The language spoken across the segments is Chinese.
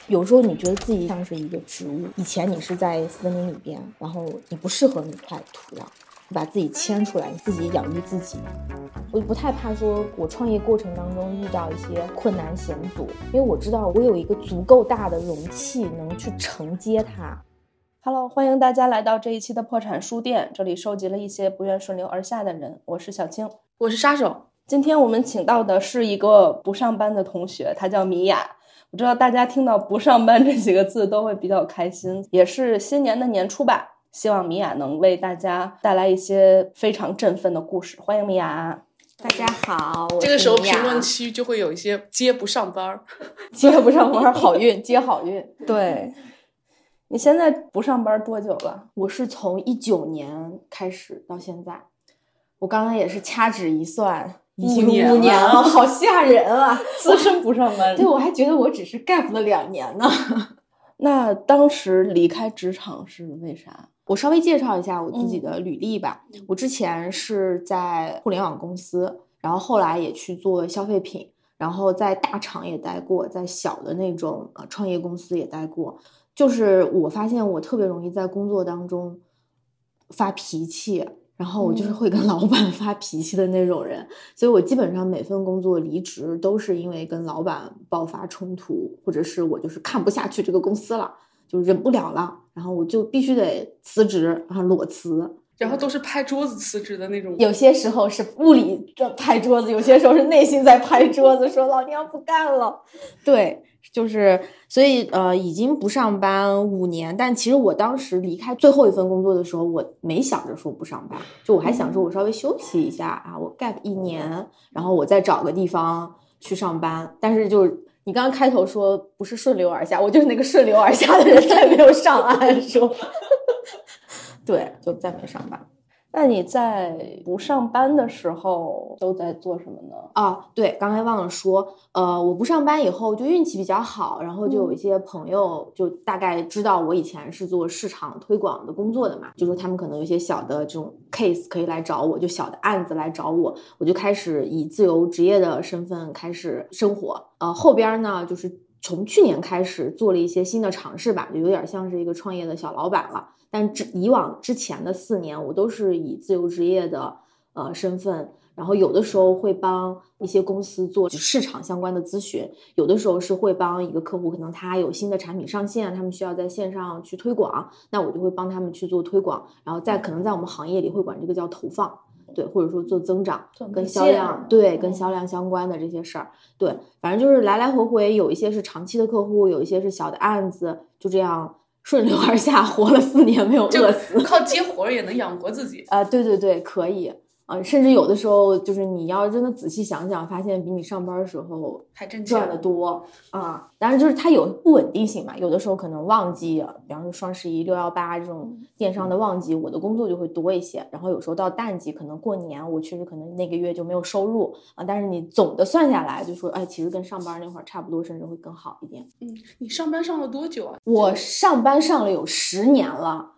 有时候你觉得自己像是一个植物，以前你是在森林里边，然后你不适合那块土壤，你把自己牵出来，你自己养育自己。我不太怕说我创业过程当中遇到一些困难险阻，因为我知道我有一个足够大的容器能去承接它。 Hello， 欢迎大家来到这一期的破产书店，这里收集了一些不愿顺流而下的人。我是小青， 我是杀手。 今天我们请到的是一个不上班的同学，他叫米娅。我知道大家听到不上班这几个字都会比较开心，也是新年的年初吧，希望米娅能为大家带来一些非常振奋的故事。欢迎米娅。 大家好， 这个时候评论区就会有一些接不上班接不上班好运，接好运。 对，你现在不上班多久了？ 我是从19年开始到现在，我刚才也是掐指一算，已经5年了，好吓人啊！ 资深不上班。 对，我还觉得我只是 gap 了2年呢。 那当时离开职场是为啥？ 我稍微介绍一下我自己的履历吧。我之前是在互联网公司，然后后来也去做消费品，然后在大厂也待过，在小的那种创业公司也待过。就是我发现我特别容易在工作当中发脾气，然后我就是会跟老板发脾气的那种人，所以我基本上每份工作离职都是因为跟老板爆发冲突，或者是我就是看不下去这个公司了，就忍不了了，然后我就必须得辞职，然后裸辞。 然后都是拍桌子辞职的那种。 有些时候是物理的拍桌子，有些时候是内心在拍桌子，说老娘不干了。对，就是所以已经不上班5年，但其实我当时离开最后一份工作的时候，我没想着说不上班，就我还想说我稍微休息一下啊，我 gap 1年，然后我再找个地方去上班。但是就是你刚刚开头说不是顺流而下，我就是那个顺流而下的人，再没有上岸说。对，就再没上班。 那你在不上班的时候都在做什么呢？ 对，刚才忘了说，我不上班以后就运气比较好，然后就有一些朋友就大概知道我以前是做市场推广的工作的嘛，就说他们可能有一些小的这种 case 可以来找我，就小的案子来找我，我就开始以自由职业的身份开始生活。后边呢，就是从去年开始做了一些新的尝试吧，就有点像是一个创业的小老板了。但以往之前的4年，我都是以自由职业的身份，然后有的时候会帮一些公司做市场相关的咨询，有的时候是会帮一个客户，可能他有新的产品上线，他们需要在线上去推广，那我就会帮他们去做推广，然后可能在我们行业里会管这个叫投放。对，或者说做增长，跟销量，对，跟销量相关的这些事儿，对，反正就是来来回回，有一些是长期的客户，有一些是小的案子，就这样顺流而下，活了4年没有饿死， 靠接活也能养活自己对对对，可以甚至有的时候就是你要真的仔细想想，发现比你上班的时候还挣钱赚得多当然就是它有不稳定性嘛，有的时候可能旺季，比方说双11、618这种电商的旺季，我的工作就会多一些，然后有时候到淡季，可能过年我确实可能那个月就没有收入但是你总的算下来就说其实跟上班那会儿差不多，甚至会更好一点。 你上班上了多久啊？ 我上班上了有10年了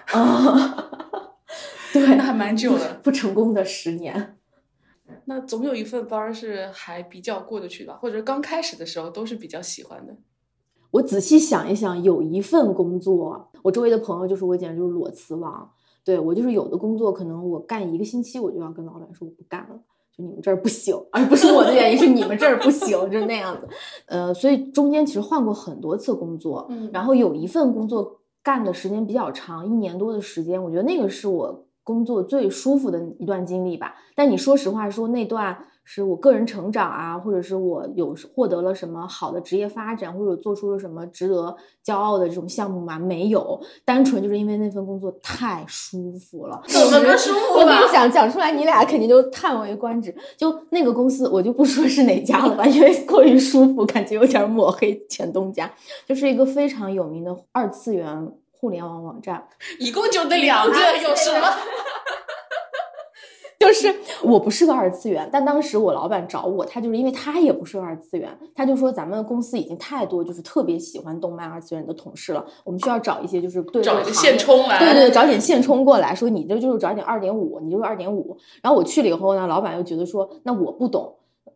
对， 那还蛮久的， 不成功的10年。 那总有一份班是还比较过得去的，或者刚开始的时候都是比较喜欢的。 我仔细想一想，有一份工作，我周围的朋友就是我简直就是裸辞王。对，我就是有的工作可能我干1个星期，我就要跟老板说我不干了，就你们这儿不行，而不是我的原因，是你们这儿不行，就是那样子。所以中间其实换过很多次工作，然后有一份工作干的时间比较长，1年多的时间，我觉得那个是我工作最舒服的一段经历吧。但你说实话说那段是我个人成长或者是我有获得了什么好的职业发展，或者做出了什么值得骄傲的这种项目吗？没有，单纯就是因为那份工作太舒服了。 怎么个舒服我跟你讲出来你俩肯定就叹为观止。就那个公司我就不说是哪家了吧，因为过于舒服感觉有点抹黑前东家，就是一个非常有名的2次元互联网网站。 一共就那2个，有什么就是我不是个2次元，但当时我老板找我，他就是因为他也不是个2次元，他就说咱们公司已经太多就是特别喜欢动漫2次元的同事了，我们需要找一些就是对找一个现充来， 对对，找点现充过来，说你这就是找点2.5，你就是2.5。然后我去了以后呢，老板又觉得说那我不懂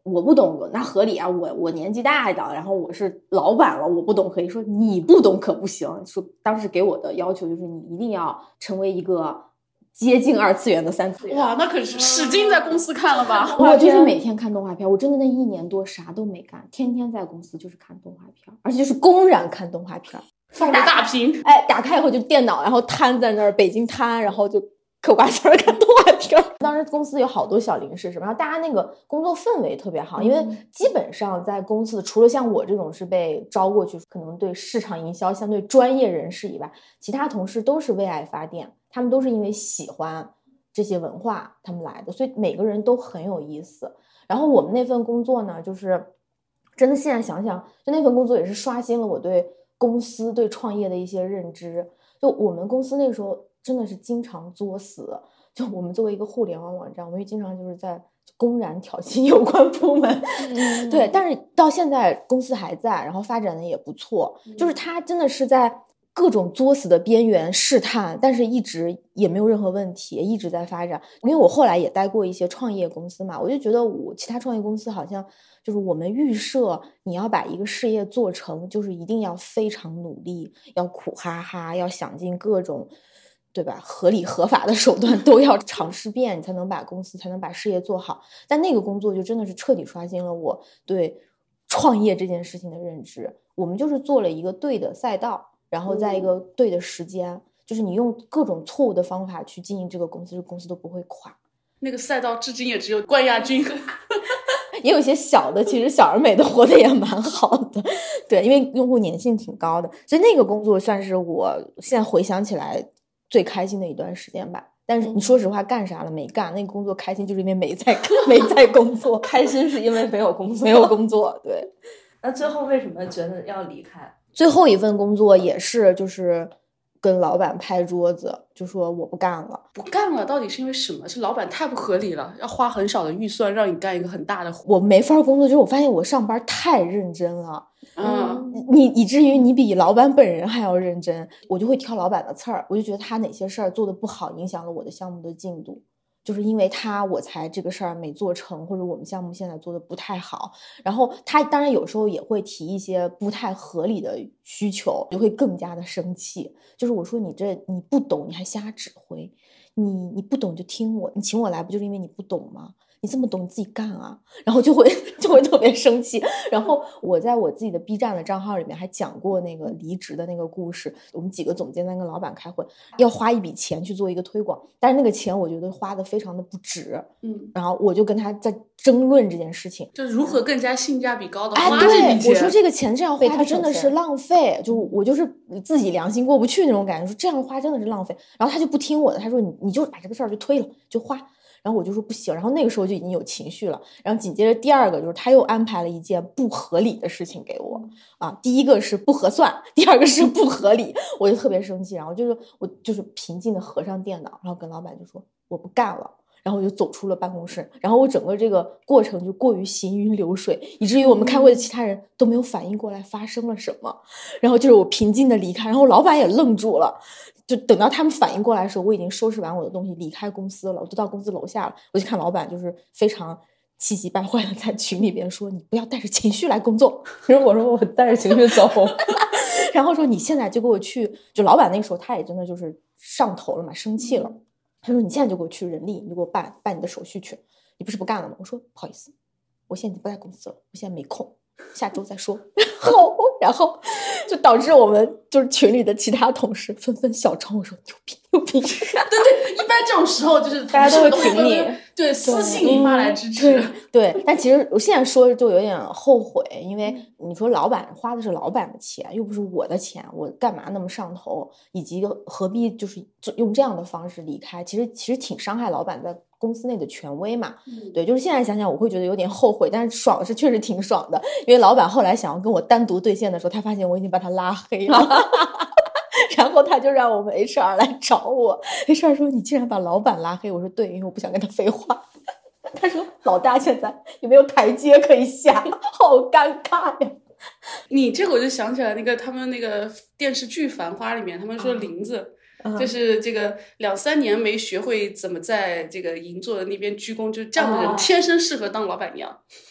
我不懂那合理啊，我年纪大一点，然后我是老板了，我不懂可以说你不懂可不行。说当时给我的要求就是你一定要成为一个接近2次元的3次元。 哇，那可是使劲在公司看了吧？ 我就是每天看动画片，我真的那1年多啥都没干，天天在公司就是看动画片，而且就是公然看动画片， 放着大屏， 哎，打开以后就电脑，然后瘫在那儿，北京瘫，然后就嗑瓜子儿看动画片。当时公司有好多小零食什么，然后大家那个工作氛围特别好，因为基本上在公司除了像我这种是被招过去，可能对市场营销相对专业人士以外，其他同事都是为爱发电，他们都是因为喜欢这些文化他们来的，所以每个人都很有意思。然后我们那份工作呢，就是真的现在想想，就那份工作也是刷新了我对公司对创业的一些认知。就我们公司那个时候真的是经常作死，就我们作为一个互联网网站，我们经常就是在公然挑衅有关部门。对，但是到现在公司还在，然后发展的也不错，就是它真的是在各种作死的边缘试探，但是一直也没有任何问题，一直在发展。因为我后来也待过一些创业公司嘛，我就觉得其他创业公司好像就是我们预设你要把一个事业做成，就是一定要非常努力，要苦哈哈，要想尽各种对吧合理合法的手段都要尝试遍，你才能把公司才能把事业做好。但那个工作就真的是彻底刷新了我对创业这件事情的认知。我们就是做了一个对的赛道，然后在一个对的时间，就是你用各种错误的方法去经营这个公司，这个公司都不会垮。 那个赛道至今也只有冠亚军。 也有一些小的，其实小而美的活得也蛮好的，对，因为用户粘性挺高的，所以那个工作算是我现在回想起来最开心的一段时间吧。但是你说实话，干啥了没干？那个工作开心就是因为没在工作， 开心是因为没有工作， 没有工作。对， 那最后为什么觉得要离开？ 最后一份工作也是就是跟老板拍桌子，就说我不干了。 不干了，到底是因为什么？是老板太不合理了，要花很少的预算让你干一个很大的活。 我没法工作，就是我发现我上班太认真了。你以至于你比老板本人还要认真，我就会挑老板的刺儿，我就觉得他哪些事儿做得不好，影响了我的项目的进度，就是因为他我才这个事儿没做成，或者我们项目现在做的不太好。然后他当然有时候也会提一些不太合理的需求，就会更加的生气。就是我说你不懂，你还瞎指挥，你不懂就听我，你请我来不就是因为你不懂吗？你这么懂你自己干啊，然后就会特别生气。然后我在我自己的 B 站的账号里面还讲过那个离职的那个故事。我们几个总监在跟老板开会，要花一笔钱去做一个推广，但是那个钱我觉得花的非常的不值。然后我就跟他在争论这件事情， 就如何更加性价比高的花这笔钱。 我说这个钱这样花真的是浪费，就我就是自己良心过不去那种感觉，说这样花真的是浪费。然后他就不听我的，他说你就把这个事儿就推了，就花。然后我就说不行，然后那个时候就已经有情绪了。然后紧接着第二个就是他又安排了一件不合理的事情给我啊，第一个是不合算，第二个是不合理，我就特别生气。然后我就是平静的合上电脑，然后跟老板就说我不干了。然后我就走出了办公室，然后我整个这个过程就过于行云流水，以至于我们开会的其他人都没有反应过来发生了什么。然后就是我平静的离开，然后老板也愣住了。就等到他们反应过来的时候，我已经收拾完我的东西离开公司了，我都到公司楼下了。我就看老板就是非常气急败坏的在群里边说，你不要带着情绪来工作。然后我说我带着情绪走。然后说你现在就给我去，就老板那个时候他也真的就是上头了嘛，生气了。他说你现在就给我去人力，你就给我办你的手续去，你不是不干了吗？我说不好意思，我现在不在公司了，我现在没空，下周再说。然后就导致我们就是群里的其他同事纷纷小称我说牛逼牛逼。 对，一般这种时候就是大家都会挺你， 对，私信你发来支持。 对，但其实我现在说就有点后悔，因为你说老板花的是老板的钱，又不是我的钱，我干嘛那么上头，以及何必就是用这样的方式离开，其实挺伤害老板在公司内的权威嘛。对，就是现在想想我会觉得有点后悔，但是爽是确实挺爽的，因为老板后来想要跟我单独对线的时候，他发现我已经把他拉黑了。然后他就让我们 HR 来找我， HR 说你竟然把老板拉黑。我说对，因为我不想跟他废话。他说老大现在有没有台阶可以下，好尴尬呀。 你这个我就想起来那个他们那个电视剧《繁花》里面，他们说林子就是这个2-3年没学会怎么在这个银座的那边鞠躬，就是这样的人天生适合当老板娘。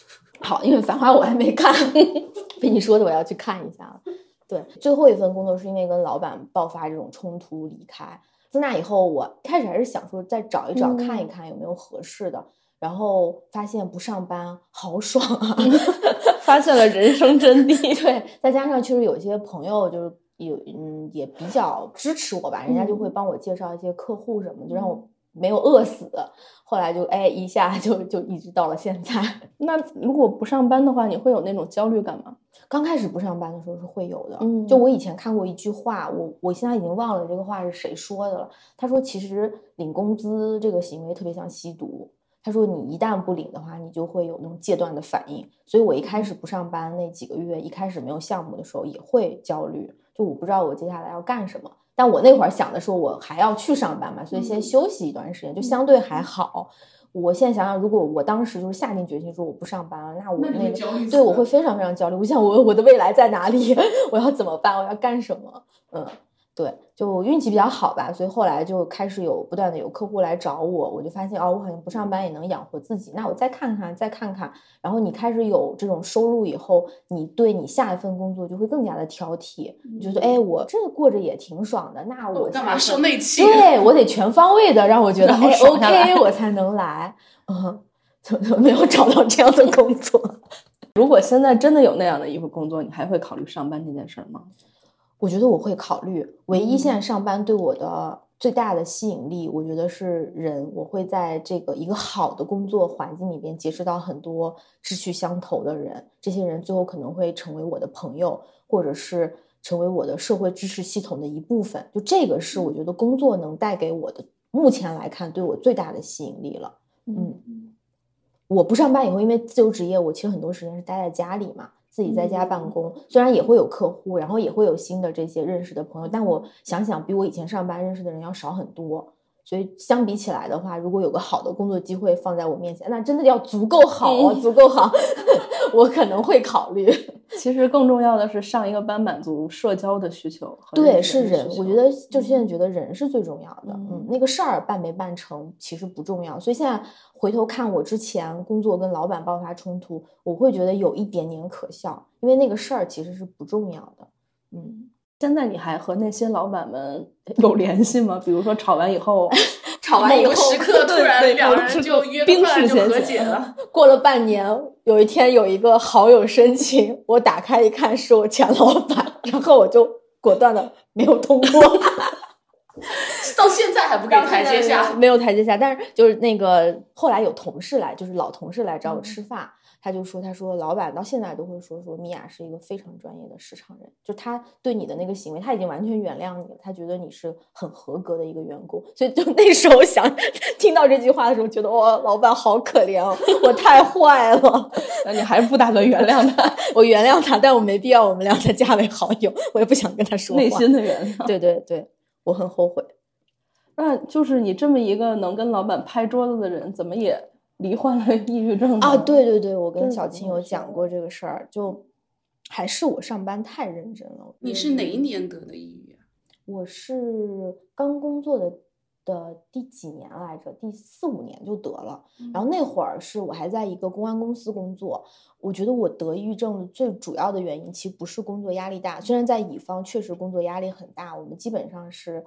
好，因为繁花我还没看，被你说的我要去看一下了。对，最后一份工作是因为跟老板爆发这种冲突离开。自那以后，我开始还是想说再找一找，看一看有没有合适的，然后发现不上班好爽啊， 发现了人生真谛。 对，再加上确实有些朋友就是也比较支持我吧，人家就会帮我介绍一些客户什么，就让我没有饿死。后来就一下就一直到了现在。 那如果不上班的话，你会有那种焦虑感吗？ 刚开始不上班的时候是会有的，就我以前看过一句话，我现在已经忘了这个话是谁说的了。他说，其实领工资这个行为特别像吸毒。他说，你一旦不领的话，你就会有那种戒断的反应。所以我一开始不上班那几个月，一开始没有项目的时候也会焦虑，就我不知道我接下来要干什么。但我那会儿想的说，我还要去上班嘛，所以先休息一段时间，就相对还好。我现在想想，如果我当时就是下定决心说我不上班了，那我那个对我会非常非常焦虑。我想我的未来在哪里？我要怎么办？我要干什么？对，就运气比较好吧，所以后来就开始不断的有客户来找我，我就发现我好像不上班也能养活自己，那我再看看，然后你开始有这种收入以后，你对你下一份工作就会更加的挑剔，你觉得我这过着也挺爽的，那我干嘛受内气？ 对，我得全方位的让我觉得OK 我才能来，就没有找到这样的工作。 如果现在真的有那样的一份工作，你还会考虑上班这件事吗？ 我觉得我会考虑，唯一现在上班对我的最大的吸引力，我觉得是人，我会在这个一个好的工作环境里边结识到很多志趣相投的人，这些人最后可能会成为我的朋友，或者是成为我的社会支持系统的一部分，就这个是我觉得工作能带给我的，目前来看对我最大的吸引力了。我不上班以后，因为自由职业，我其实很多时间是待在家里嘛，自己在家办公，虽然也会有客户，然后也会有新的这些认识的朋友，但我想想比我以前上班认识的人要少很多，所以相比起来的话，如果有个好的工作机会放在我面前，那真的要足够好足够好我可能会考虑。 其实更重要的是上一个班满足社交的需求和对，是人，我觉得就现在觉得人是最重要的。那个事儿办没办成其实不重要，所以现在回头看我之前工作跟老板爆发冲突，我会觉得有一点点可笑，因为那个事儿其实是不重要的。 现在你还和那些老板们有联系吗？比如说吵完以后吵完以后时刻突然两人就约个饭就和解了。 过了半年，有一天有一个好友申请，我打开一看是我前老板，然后我就果断的没有通过。 到现在还不给台阶下？ 没有台阶下，但是就是那个后来有同事来，就是老同事来找我吃饭，他说老板到现在都会说米娅是一个非常专业的市场人，就他对你的那个行为他已经完全原谅你了，他觉得你是很合格的一个员工，所以就那时候想听到这句话的时候觉得老板好可怜我太坏了。 那你还是不打算原谅他？ 我原谅他，但我没必要我们俩再加为好友，我也不想跟他说话， 内心的原谅。 对对对，我很后悔。 那就是你这么一个能跟老板拍桌子的人，怎么也罹患了抑郁症呢？ 对对对，我跟小青有讲过这个事儿，就还是我上班太认真了。 你是哪一年得的抑郁啊？ 我是刚工作的第几年来着？第4、5年就得了。然后那会儿是我还在一个公关公司工作。我觉得我得抑郁症的最主要的原因其实不是工作压力大，虽然在乙方确实工作压力很大，我们基本上是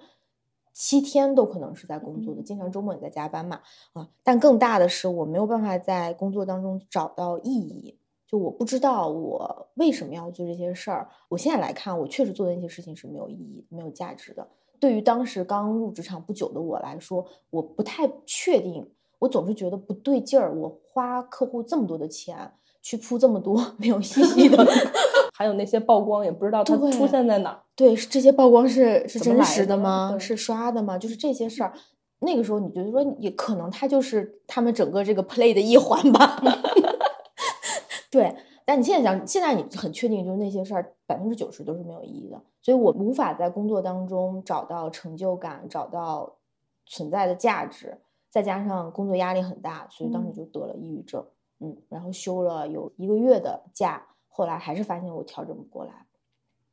7天都可能是在工作的，经常周末也在加班嘛，但更大的是我没有办法在工作当中找到意义，就我不知道我为什么要做这些事儿。我现在来看，我确实做的那些事情是没有意义、没有价值的。对于当时刚入职场不久的我来说，我不太确定，我总是觉得不对劲儿。我花客户这么多的钱去铺这么多没有意义的还有那些曝光也不知道它出现在哪儿。 对，这些曝光是真实的吗？是刷的吗？就是这些事儿，那个时候你觉得说也可能它就是他们整个这个 play 的一环吧。对，但你现在你很确定就是那些事儿90%都是没有意义的，所以我无法在工作当中找到成就感，找到存在的价值，再加上工作压力很大，所以当时就得了抑郁症。然后休了有1个月的假，后来还是发现我调整不过来。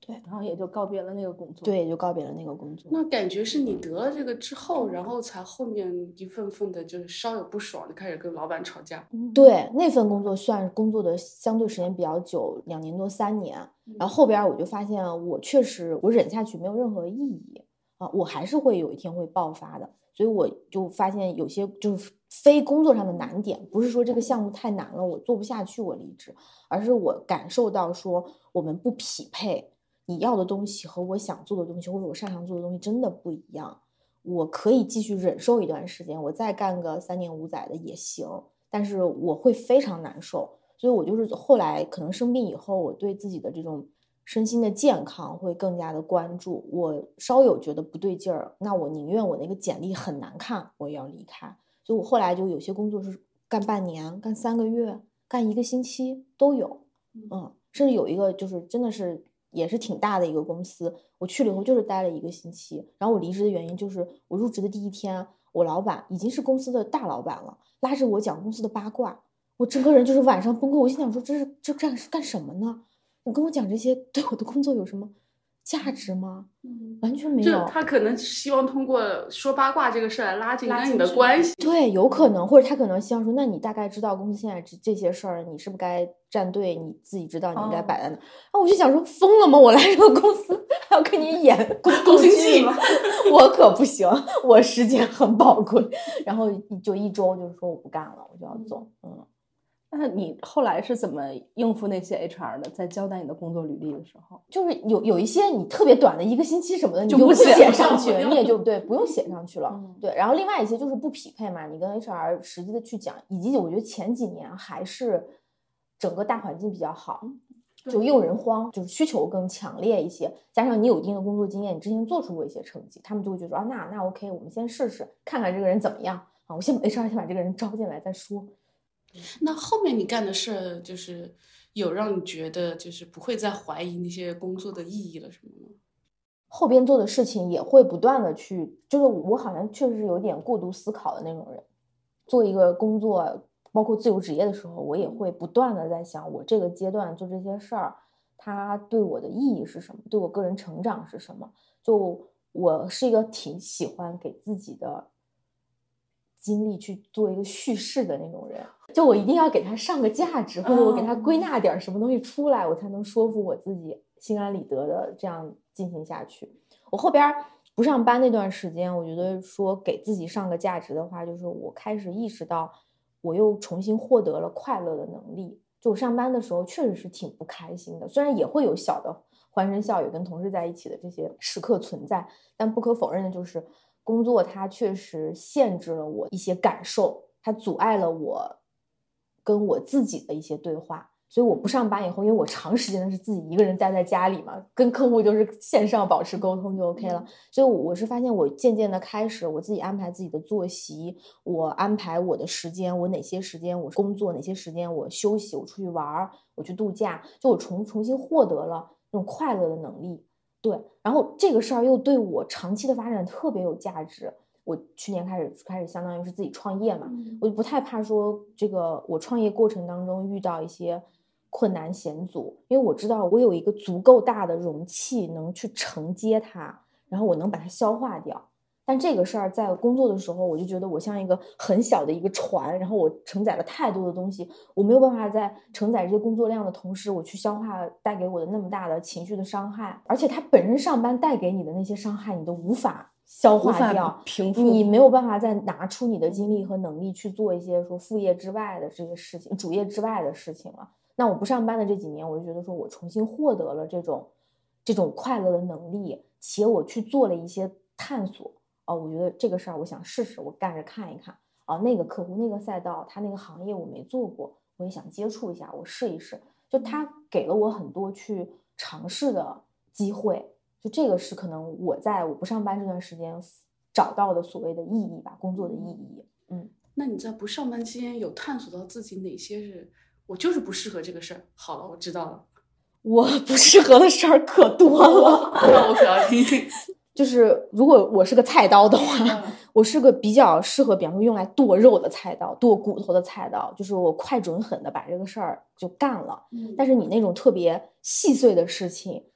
对， 然后也就告别了那个工作。 对，就告别了那个工作。 那感觉是你得了这个之后，然后才后面一份份的，就是稍有不爽就开始跟老板吵架。 对，那份工作算是工作的相对时间比较久，2年多3年。然后后边我就发现，我确实我忍下去没有任何意义啊，我还是会有一天会爆发的。所以我就发现有些就是非工作上的难点，不是说这个项目太难了我做不下去我离职，而是我感受到说我们不匹配，你要的东西和我想做的东西或者我擅长做的东西真的不一样。我可以继续忍受一段时间，我再干个3年5载的也行，但是我会非常难受。所以我就是后来可能生病以后，我对自己的这种身心的健康会更加的关注。我稍有觉得不对劲儿，那我宁愿我那个简历很难看，我也要离开。所以我后来就有些工作是干半年、干3个月、干1个星期都有，甚至有一个就是真的是也是挺大的一个公司，我去了以后就是待了1个星期，然后我离职的原因就是我入职的第1天，我老板已经是公司的大老板了，拉着我讲公司的八卦，我整个人就是晚上崩溃。我心想说这干什么呢？你跟我讲这些对我的工作有什么价值吗？完全没有。 就他可能希望通过说八卦这个事儿来拉近跟你的关系。 对，有可能，或者他可能希望说，那你大概知道公司现在这些事儿，你是不是该站队？你自己知道你应该摆在哪？我就想说，疯了吗？我来这个公司还要跟你演宫心计吗？我可不行，我时间很宝贵。然后就1周就是说我不干了，我就要走。 那你后来是怎么应付那些 HR 的？在交代你的工作履历的时候， 就是有一些你特别短的1个星期什么的，你就不写上去，你也就不用写上去了。对，然后另外一些就是不匹配嘛，你跟 HR 实际的去讲，以及我觉得前几年还是整个大环境比较好，就用人荒，就是需求更强烈一些，加上你有一定的工作经验，你之前做出过一些成绩，他们就会觉得说那 OK， 我们先试试，看看这个人怎么样啊，我HR 先把这个人招进来再说。 那后面你干的事就是有让你觉得就是不会再怀疑那些工作的意义了什么吗？ 后边做的事情也会不断的去，就是我好像确实有点过度思考的那种人，做一个工作包括自由职业的时候，我也会不断的在想，我这个阶段做这些事儿它对我的意义是什么，对我个人成长是什么。就我是一个挺喜欢给自己的经历去做一个叙事的那种人，就我一定要给他上个价值，或者我给他归纳点什么东西出来，我才能说服我自己心安理得的这样进行下去。我后边不上班那段时间，我觉得说给自己上个价值的话，就是我开始意识到我又重新获得了快乐的能力。就我上班的时候确实是挺不开心的，虽然也会有小的欢声笑语跟同事在一起的这些时刻存在，但不可否认的就是工作它确实限制了我一些感受，它阻碍了我跟我自己的一些对话。所以我不上班以后，因为我长时间的是自己一个人待在家里嘛，跟客户就是线上保持沟通就 OK 了。所以我是发现我渐渐的开始我自己安排自己的作息，我安排我的时间，我哪些时间我工作，哪些时间我休息，我出去玩，我去度假，就我重新获得了那种快乐的能力。对，然后这个事儿又对我长期的发展特别有价值。我去年开始相当于是自己创业嘛，我就不太怕说这个我创业过程当中遇到一些困难险阻，因为我知道我有一个足够大的容器能去承接它，然后我能把它消化掉。但这个事儿在工作的时候，我就觉得我像一个很小的一个船，然后我承载了太多的东西，我没有办法在承载这些工作量的同时，我去消化带给我的那么大的情绪的伤害，而且它本身上班带给你的那些伤害，你都无法消化掉，你没有办法再拿出你的精力和能力去做一些说副业之外的这些事情，主业之外的事情了。那我不上班的这几年，我就觉得说我重新获得了这种快乐的能力，且我去做了一些探索。我觉得这个事儿我想试试，我干着看一看。那个客户那个赛道他那个行业我没做过，我也想接触一下，我试一试。就他给了我很多去尝试的机会，就这个是可能我在我不上班这段时间找到的所谓的意义吧，工作的意义。 那你在不上班期间有探索到自己哪些是我就是不适合这个事儿？好了，我知道了。 我不适合的事儿可多了， 那我可要听听。 就是如果我是个菜刀的话，我是个比较适合比方说用来剁肉的菜刀，剁骨头的菜刀，就是我快准狠的把这个事儿就干了。但是你那种特别细碎的事情，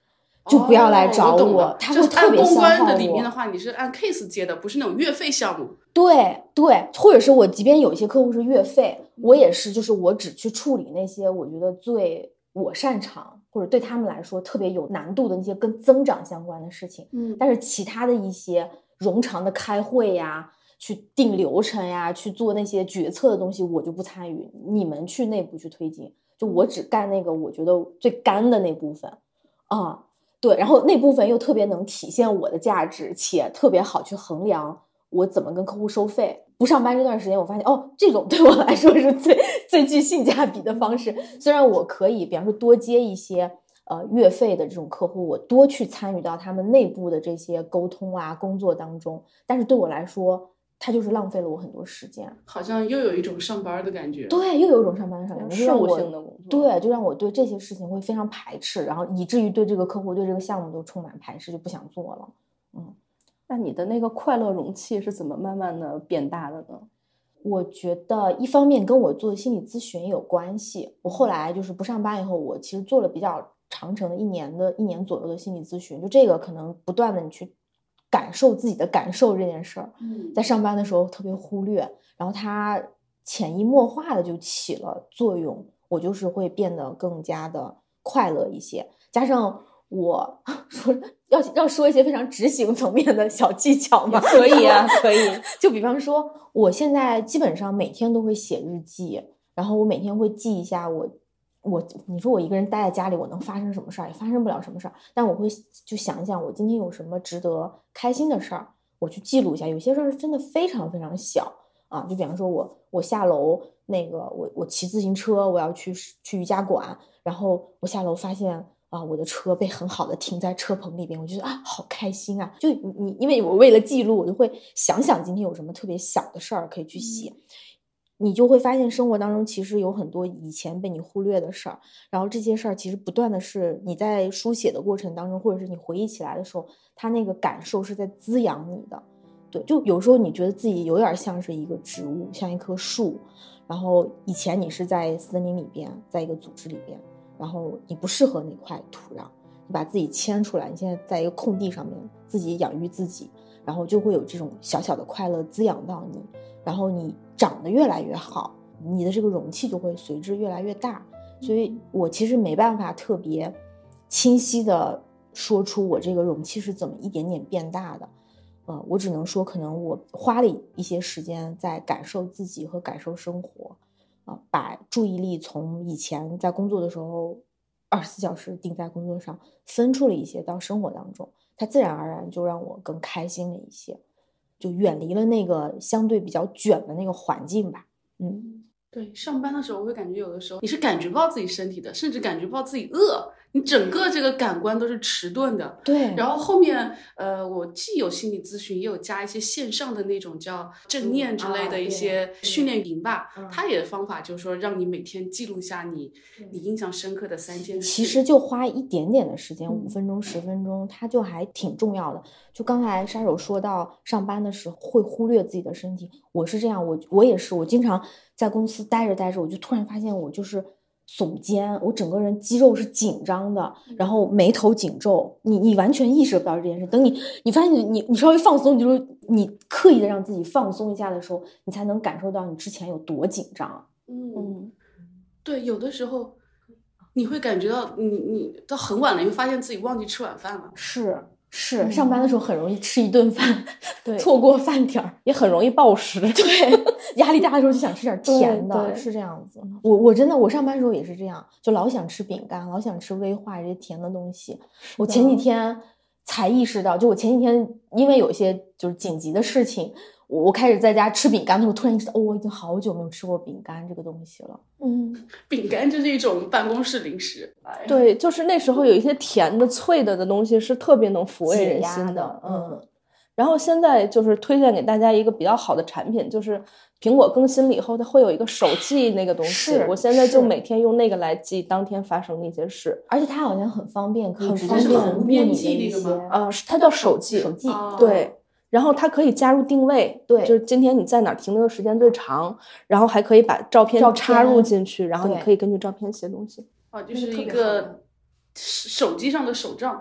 就不要来找我， 它会特别消耗我。 就是按公关的里面的话，你是按 case 接的，不是那种月费项目。 对，或者是我即便有一些客户是月费，我也是，就是我只去处理那些我觉得最我擅长或者对他们来说特别有难度的那些跟增长相关的事情。但是其他的一些冗长的开会呀，去定流程呀，去做那些决策的东西，我就不参与。你们去内部去推进，就我只干那个我觉得最干的那部分对，然后那部分又特别能体现我的价值，且特别好去衡量我怎么跟客户收费。不上班这段时间，我发现这种对我来说是最具性价比的方式。虽然我可以比方说多接一些月费的这种客户，我多去参与到他们内部的这些沟通啊工作当中，但是对我来说它就是浪费了我很多时间， 好像又有一种上班的感觉。 对，又有一种上班的感觉， 事务性的工作。 对，就让我对这些事情会非常排斥，然后以至于对这个客户对这个项目都充满排斥，就不想做了。 那你的那个快乐容器是怎么慢慢的变大的呢？ 我觉得一方面跟我做心理咨询有关系。我后来就是不上班以后，我其实做了比较长程的一年左右的心理咨询，就这个可能不断的你去感受自己的感受这件事儿，在上班的时候特别忽略，然后它潜移默化的就起了作用，我就是会变得更加的快乐一些。加上我说要说一些非常执行层面的小技巧吗？ 可以啊，可以。 就比方说，我现在基本上每天都会写日记，然后我每天会记一下你说我一个人待在家里，我能发生什么事儿？也发生不了什么事儿。但我会就想一想，我今天有什么值得开心的事儿，我去记录一下。有些事儿是真的非常非常小啊，就比方说我下楼那个我骑自行车，我要去瑜伽馆，然后我下楼发现我的车被很好的停在车棚里边，我觉得好开心啊！就因为我为了记录，我就会想今天有什么特别小的事儿可以去写。你就会发现生活当中其实有很多以前被你忽略的事儿，然后这些事儿其实不断的是你在书写的过程当中，或者是你回忆起来的时候，它那个感受是在滋养你的。对，就有时候你觉得自己有点像是一个植物，像一棵树，然后以前你是在森林里边，在一个组织里边，然后你不适合那块土壤，你把自己迁出来，你现在在一个空地上面自己养育自己，然后就会有这种小小的快乐滋养到你，然后你长得越来越好，你的这个容器就会随之越来越大。所以我其实没办法特别清晰的说出我这个容器是怎么一点点变大的，我只能说可能我花了一些时间在感受自己和感受生活，把注意力从以前在工作的时候24小时定在工作上，分出了一些到生活当中，它自然而然就让我更开心了一些，就远离了那个相对比较卷的那个环境吧。 对，上班的时候我会感觉有的时候你是感觉不到自己身体的，甚至感觉不到自己饿，你整个这个感官都是迟钝的。 对， 然后后面我既有心理咨询，也有加一些线上的那种叫正念之类的一些训练营吧。它也的方法就是说让你每天记录下你印象深刻的3件事。 其实就花一点点的时间，5分钟10分钟，它就还挺重要的。就刚才杀手说到上班的时候会忽略自己的身体，我是这样，我也是，我经常在公司待着，我就突然发现我就是耸肩，我整个人肌肉是紧张的，然后眉头紧皱，你完全意识不到这件事。等你发现你稍微放松，就是你刻意的让自己放松一下的时候，你才能感受到你之前有多紧张。 对，有的时候你会感觉到你到很晚了，你会发现自己忘记吃晚饭了。 是，上班的时候很容易吃一顿饭，对，错过饭点儿， 也很容易暴食。 对，压力大的时候就想吃点甜的，是这样子。我真的，我上班的时候也是这样，就老想吃饼干，老想吃威化这些甜的东西。我前几天才意识到，就我前几天因为有一些就是紧急的事情，我开始在家吃饼干的时候，突然意识到，我已经好久没有吃过饼干这个东西了。 饼干就是一种办公室零食。 对，就是那时候有一些甜的脆的东西是特别能抚慰人心的。然后现在就是推荐给大家一个比较好的产品，就是苹果更新了以后，它会有一个手记那个东西，我现在就每天用那个来记当天发生的一些事， 而且它好像很方便，可以直接同步你的一些它叫手记，对。然后它可以加入定位， 对， 就是今天你在哪儿停留的时间最长，然后还可以把照片插入进去，然后你可以根据照片写东西。 就是一个手机上的手账。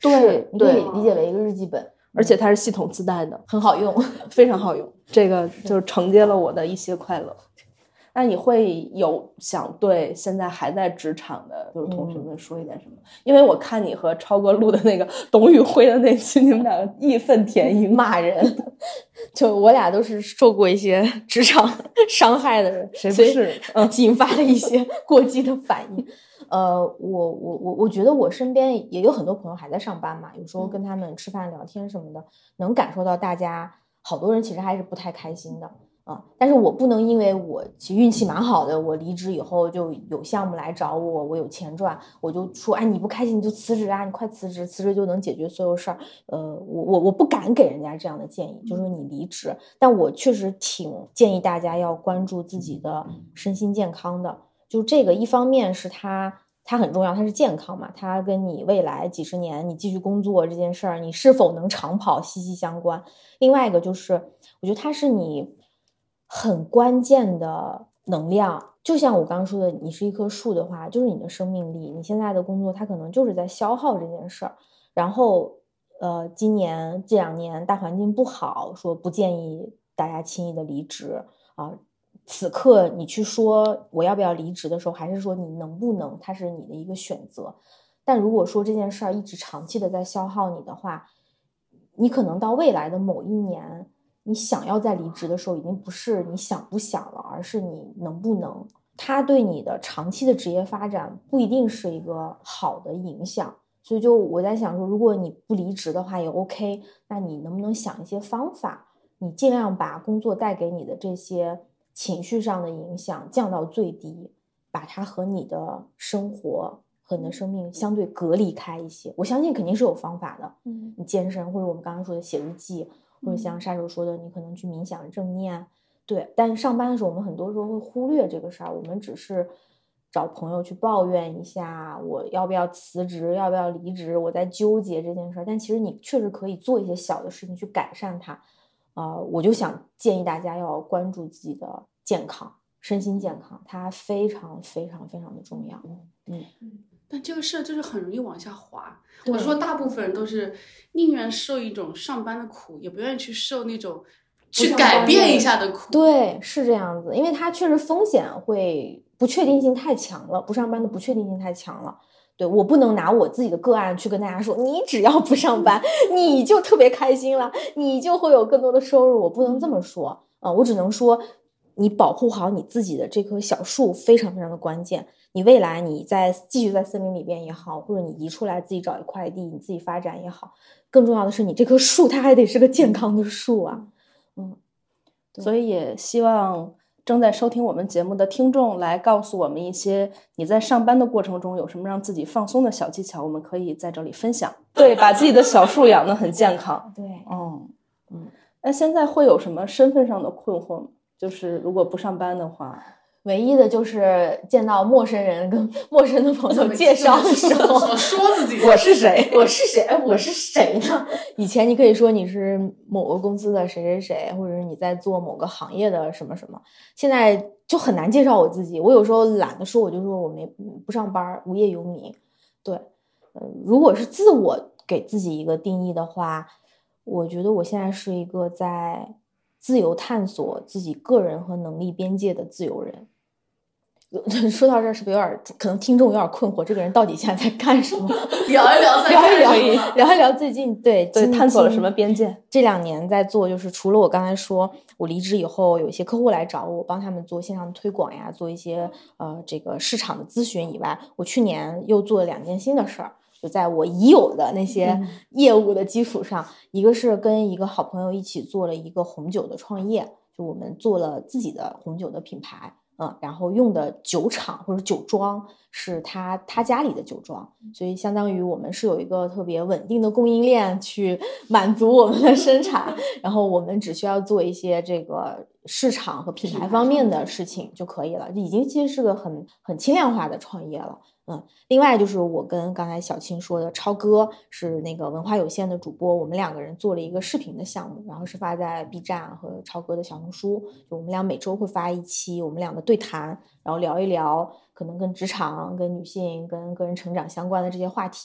对，你可以对理解为一个日记本， 而且它是系统自带的， 很好用， 非常好用。这个就是承接了我的一些快乐。那你会有想对现在还在职场的就是同学们说一点什么？因为我看你和超哥录的那个董宇辉的那期，你们两个义愤填膺骂人，就我俩都是受过一些职场伤害的人， 谁不是？ 引发了一些过激的反应。我觉得我身边也有很多朋友还在上班嘛，有时候跟他们吃饭聊天什么的，能感受到大家好多人其实还是不太开心的。但是我不能因为我其实运气蛮好的，我离职以后就有项目来找我，我有钱赚，我就说，哎，你不开心你就辞职啊，你快辞职，辞职就能解决所有事儿。我不敢给人家这样的建议，就是说你离职，但我确实挺建议大家要关注自己的身心健康的。就这个一方面是它很重要，它是健康嘛，它跟你未来几十年你继续工作这件事儿，你是否能长跑息息相关。另外一个就是我觉得它是你很关键的能量，就像我刚刚说的，你是一棵树的话，就是你的生命力，你现在的工作它可能就是在消耗这件事儿。然后今年这2年大环境不好，说不建议大家轻易的离职啊。此刻你去说我要不要离职的时候，还是说你能不能，它是你的一个选择。但如果说这件事儿一直长期的在消耗你的话，你可能到未来的某一年你想要再离职的时候，已经不是你想不想了，而是你能不能。它对你的长期的职业发展不一定是一个好的影响。所以就我在想说，如果你不离职的话也 OK， 那你能不能想一些方法，你尽量把工作带给你的这些情绪上的影响降到最低，把它和你的生活和你的生命相对隔离开一些。我相信肯定是有方法的，你健身，或者我们刚刚说的写日记，或者像杀手说的你可能去冥想正念。对，但上班的时候我们很多时候会忽略这个事儿，我们只是找朋友去抱怨一下我要不要辞职，要不要离职，我在纠结这件事儿。但其实你确实可以做一些小的事情去改善它。我就想建议大家要关注自己的健康，身心健康，它非常非常非常的重要。 但这个事儿就是很容易往下滑。我说大部分人都是宁愿受一种上班的苦，也不愿意去受那种去改变一下的苦。 对，是这样子，因为它确实风险会不确定性太强了，不上班的不确定性太强了。对，我不能拿我自己的个案去跟大家说，你只要不上班你就特别开心了，你就会有更多的收入，我不能这么说。我只能说你保护好你自己的这棵小树非常非常的关键。你未来你继续在森林里边也好，或者你移出来自己找一块地你自己发展也好，更重要的是你这棵树它还得是个健康的树啊。 所以也希望正在收听我们节目的听众来告诉我们一些你在上班的过程中有什么让自己放松的小技巧，我们可以在这里分享。对，把自己的小树养得很健康。 对， 那现在会有什么身份上的困惑吗？就是如果不上班的话， 唯一的就是见到陌生人跟陌生的朋友介绍的时候说自己我是谁， 我是谁，我是谁呢？以前你可以说你是某个公司的谁谁谁，或者是你在做某个行业的什么什么，现在就很难介绍我自己。我有时候懒得说，我就说我不上班，无业游民。对，如果是自我给自己一个定义的话，我觉得我现在是一个在自由探索自己个人和能力边界的自由人。说到这儿是不是有点，可能听众有点困惑，这个人到底现在在干什么？ 聊一聊最近对探索了什么边界？ 这2年在做，就是除了我刚才说我离职以后有一些客户来找我帮他们做线上的推广呀，做一些这个市场的咨询以外，我去年又做了2件新的事儿。就在我已有的那些业务的基础上，一个是跟一个好朋友一起做了一个红酒的创业，就我们做了自己的红酒的品牌。然后用的酒厂或者酒庄是他家里的酒庄，所以相当于我们是有一个特别稳定的供应链去满足我们的生产，然后我们只需要做一些这个市场和品牌方面的事情就可以了，已经其实是个很轻量化的创业了。另外就是我跟刚才小青说的超哥是那个文化有限的主播，我们2个人做了一个视频的项目，然后是发在 B 站和超哥的小红书，就我们俩每周会发一期我们俩的对谈，然后聊一聊可能跟职场跟女性跟个人成长相关的这些话题。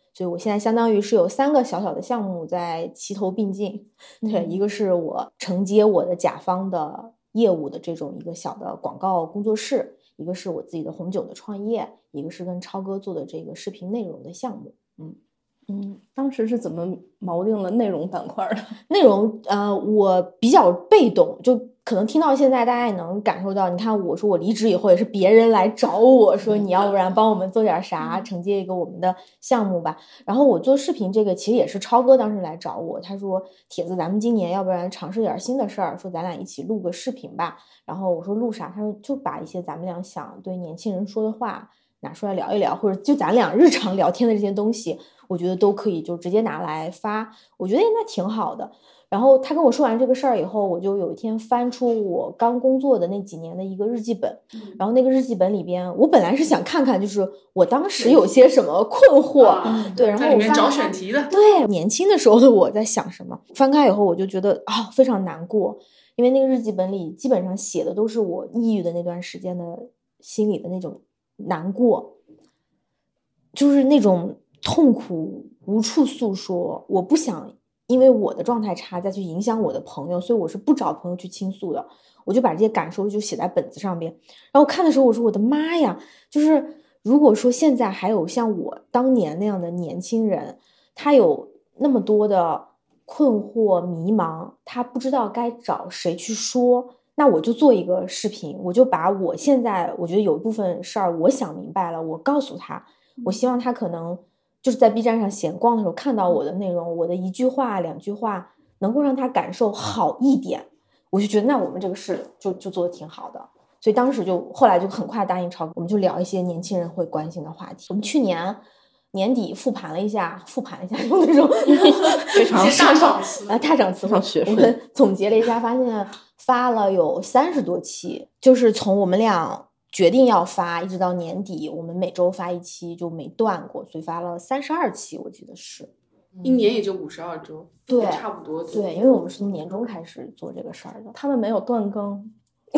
所以我现在相当于是有3个小小的项目在齐头并进。对，一个是我承接我的甲方的业务的这种一个小的广告工作室，一个是我自己的红酒的创业，一个是跟超哥做的这个视频内容的项目。 当时是怎么锚定了内容板块的？ 内容我比较被动，就可能听到现在大家也能感受到，你看我说我离职以后也是别人来找我说你要不然帮我们做点啥，承接一个我们的项目吧。然后我做视频这个其实也是超哥当时来找我，他说铁子咱们今年要不然尝试点新的事儿，说咱俩一起录个视频吧。然后我说录啥？他说就把一些咱们俩想对年轻人说的话拿出来聊一聊，或者就咱俩日常聊天的这些东西，我觉得都可以就直接拿来发，我觉得那挺好的。然后他跟我说完这个事儿以后，我就有一天翻出我刚工作的那几年的一个日记本，然后那个日记本里边，我本来是想看看就是我当时有些什么困惑，对，然后我在里面找选题的， 对，年轻的时候的我在想什么，翻开以后我就觉得非常难过，因为那个日记本里基本上写的都是我抑郁的那段时间的心里的那种难过，就是那种痛苦无处诉说，我不想因为我的状态差再去影响我的朋友，所以我是不找朋友去倾诉的，我就把这些感受就写在本子上边。然后看的时候我说我的妈呀，就是如果说现在还有像我当年那样的年轻人，他有那么多的困惑迷茫，他不知道该找谁去说，那我就做一个视频，我就把我现在我觉得有一部分事儿我想明白了，我告诉他，我希望他可能就是在 B 站上闲逛的时候看到我的内容，我的一句话2句话能够让他感受好一点，我就觉得那我们这个事就做得挺好的。所以当时就后来就很快答应超哥，我们就聊一些年轻人会关心的话题。我们去年年底复盘了一下用那种非常大场词大场词上学术， 我们总结了一下，发现发了有30多期，就是从我们俩决定要发一直到年底，我们每周发1期就没断过，所以发了32期，我记得是一年也就52周， 对， 差不多。 对，因为我们是从年中开始做这个事儿的， 他们没有断更。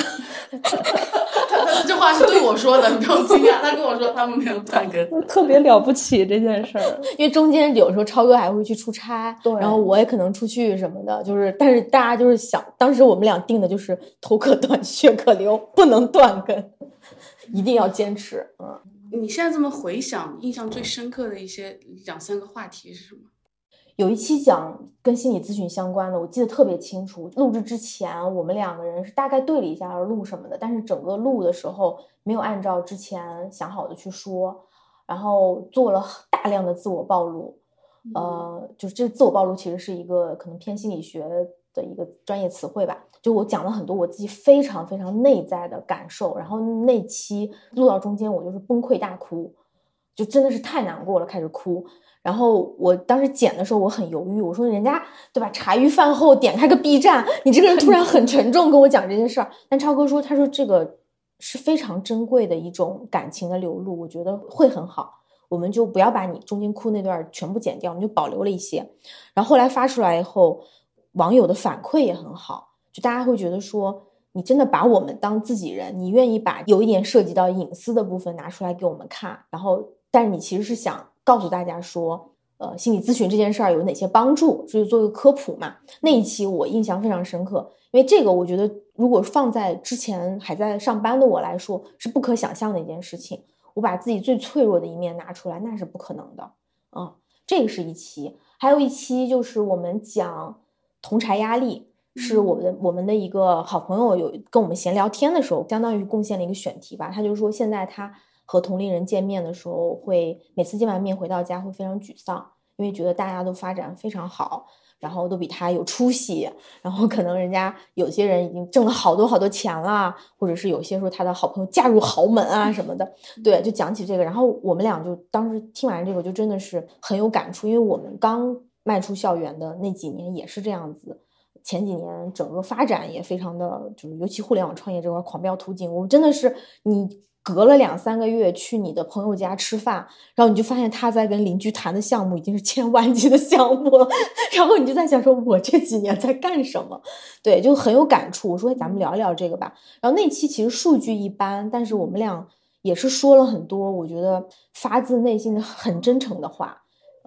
他这话是对我说的，你不要惊讶。他跟我说他们没有断更， 特别了不起这件事儿。 因为中间有时候超哥还会去出差， 对， 然后我也可能出去什么的，就是但是大家就是想，当时我们俩定的就是头可断血可流，不能断更，一定要坚持。 你现在这么回想，印象最深刻的一些2、3个话题是什么？ 有一期讲跟心理咨询相关的，我记得特别清楚。录制之前，我们2个人是大概对了一下要录什么的，但是整个录的时候没有按照之前想好的去说，然后做了大量的自我暴露。就是这自我暴露其实是一个可能偏心理学的一个专业词汇吧。就我讲了很多我自己非常非常内在的感受，然后那期录到中间我就是崩溃大哭，就真的是太难过了，开始哭。然后我当时剪的时候我很犹豫，我说人家对吧，茶余饭后点开个 B 站，你这个人突然很沉重跟我讲这件事儿。但超哥说，他说这个是非常珍贵的一种感情的流露，我觉得会很好，我们就不要把你中间哭那段全部剪掉，我们就保留了一些。然后后来发出来以后，网友的反馈也很好，就大家会觉得说你真的把我们当自己人，你愿意把有一点涉及到隐私的部分拿出来给我们看，然后但是你其实是想告诉大家说心理咨询这件事儿有哪些帮助，就是做一个科普嘛。那一期我印象非常深刻，因为这个我觉得如果放在之前还在上班的我来说是不可想象的一件事情，我把自己最脆弱的一面拿出来那是不可能的。这个是一期。还有一期就是我们讲同柴压力，是我们的一个好朋友有跟我们闲聊天的时候相当于贡献了一个选题吧。他就说现在他和同龄人见面的时候会每次见完面回到家会非常沮丧，因为觉得大家都发展非常好，然后都比他有出息，然后可能人家有些人已经挣了好多好多钱了，或者是有些说他的好朋友嫁入豪门啊什么的。对，就讲起这个，然后我们俩就当时听完这个就真的是很有感触，因为我们刚迈出校园的那几年也是这样子，前几年整个发展也非常的就是尤其互联网创业这块狂飙突进，我们真的是你隔了2、3个月去你的朋友家吃饭，然后你就发现他在跟邻居谈的项目已经是1000万级的项目了，然后你就在想说我这几年在干什么。对，就很有感触。我说咱们聊一聊这个吧。然后那期其实数据一般，但是我们俩也是说了很多我觉得发自内心的很真诚的话。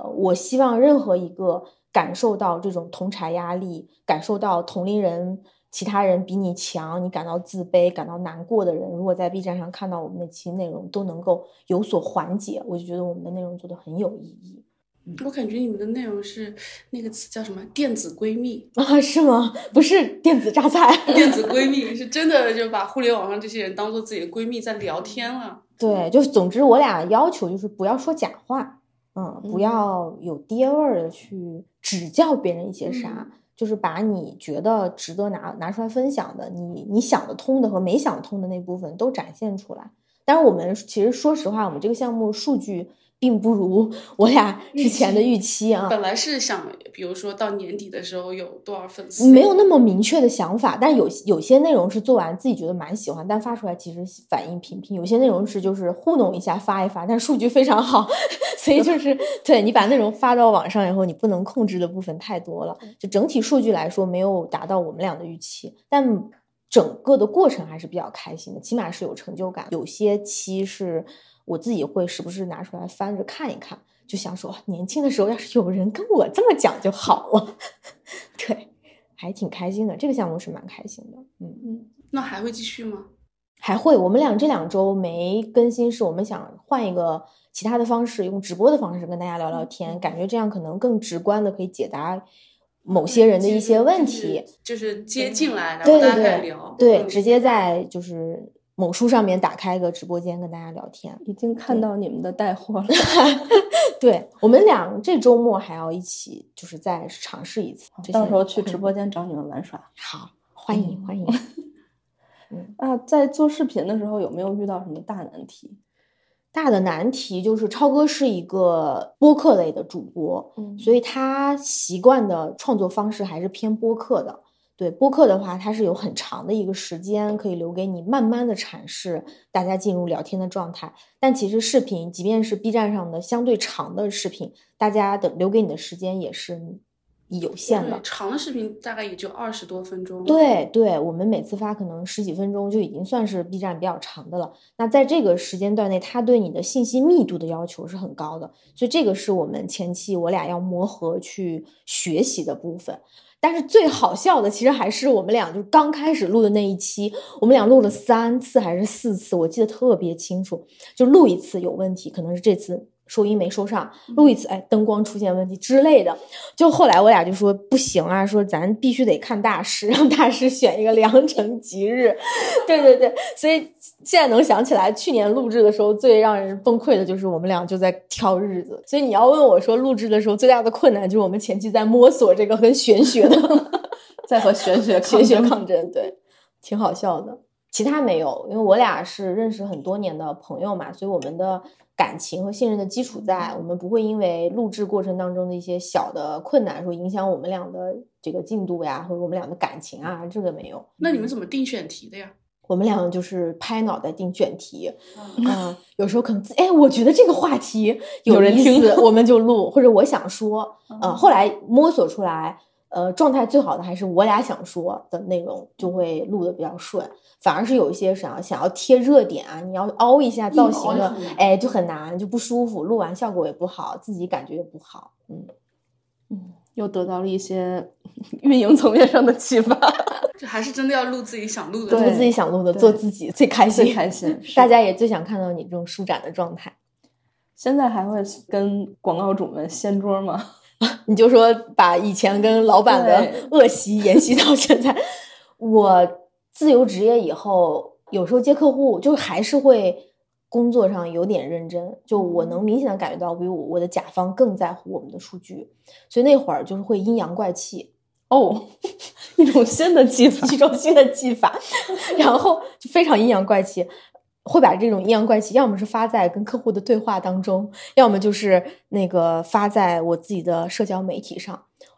我希望任何一个感受到这种同侪压力，感受到同龄人其他人比你强，你感到自卑感到难过的人，如果在 B 站上看到我们那期内容都能够有所缓解，我就觉得我们的内容做得很有意义。 我感觉你们的内容是那个词叫什么电子闺蜜啊？是吗？不是电子榨菜电子闺蜜是真的就把互联网上这些人当做自己的闺蜜在聊天了。 对，就总之我俩要求就是不要说假话，不要有爹味儿的去指教别人一些啥，就是把你觉得值得拿出来分享的，你想得通的和没想通的那部分都展现出来。当然我们其实说实话，我们这个项目数据并不如我俩之前的预期啊。 本来是想比如说到年底的时候有多少粉丝， 没有那么明确的想法，但有些内容是做完自己觉得蛮喜欢，但发出来其实反应平平。有些内容是就是糊弄一下发一发，但数据非常好，所以就是对你把内容发到网上以后，你不能控制的部分太多了，就整体数据来说没有达到我们俩的预期，但整个的过程还是比较开心的，起码是有成就感。有些期是我自己会时不时拿出来翻着看一看，就想说年轻的时候要是有人跟我这么讲就好了对，还挺开心的，这个项目是蛮开心的。 那还会继续吗？ 还会，我们俩这2周没更新，是我们想换一个其他的方式，用直播的方式跟大家聊聊天，感觉这样可能更直观的可以解答某些人的一些问题， 就是接进来，然后大家开始聊， 对，直接在就是某书上面打开一个直播间跟大家聊天。 已经看到你们的带货了对，我们俩这周末还要一起就是再尝试一次， 到时候去直播间找你们玩耍。 好，欢迎欢迎在做视频的时候有没有遇到什么大难题？ 大的难题就是超哥是一个播客类的主播，所以他习惯的创作方式还是偏播客的。对，播客的话它是有很长的一个时间可以留给你慢慢的阐释，大家进入聊天的状态，但其实视频即便是 B 站上的相对长的视频，大家的留给你的时间也是有限的， 长的视频大概也就20多分钟。 对对，我们每次发可能10几分钟就已经算是 B 站比较长的了。那在这个时间段内，它对你的信息密度的要求是很高的，所以这个是我们前期我俩要磨合去学习的部分。但是最好笑的其实还是我们俩就刚开始录的那一期，我们俩录了3次还是4次，我记得特别清楚。就录一次有问题，可能是这次收音没收上，录一次灯光出现问题之类的，就后来我俩就说不行啊，说咱必须得看大师，让大师选一个良辰吉日对对对，所以现在能想起来去年录制的时候最让人崩溃的就是我们俩就在挑日子。所以你要问我说录制的时候最大的困难就是我们前期在摸索这个很玄学的在和玄学抗争，对，挺好笑的。其他没有，因为我俩是认识很多年的朋友嘛，所以我们的感情和信任的基础在，我们不会因为录制过程当中的一些小的困难说影响我们俩的这个进度呀，或者我们俩的感情啊，这个没有。 那你们怎么定选题的呀？ 我们俩就是拍脑袋定选题，有时候可能我觉得这个话题有人听，我们就录，或者我想说，后来摸索出来，状态最好的还是我俩想说的内容，就会录的比较顺。反而是有一些想要贴热点啊，你要凹一下造型的，就很难，就不舒服，录完效果也不好，自己感觉也不好。 又得到了一些运营层面上的启发。 这还是真的要录自己想录的， 录自己想录的，做自己最开心， 最开心。 大家也最想看到你这种舒展的状态。 现在还会跟广告主们掀桌吗？ 你就说把以前跟老板的恶习沿袭到现在。我自由职业以后，有时候接客户就还是会工作上有点认真，就我能明显的感觉到比我的甲方更在乎我们的数据，所以那会儿就是会阴阳怪气一种新的技法然后就非常阴阳怪气，会把这种阴阳怪气要么是发在跟客户的对话当中，要么就是那个发在我自己的社交媒体上。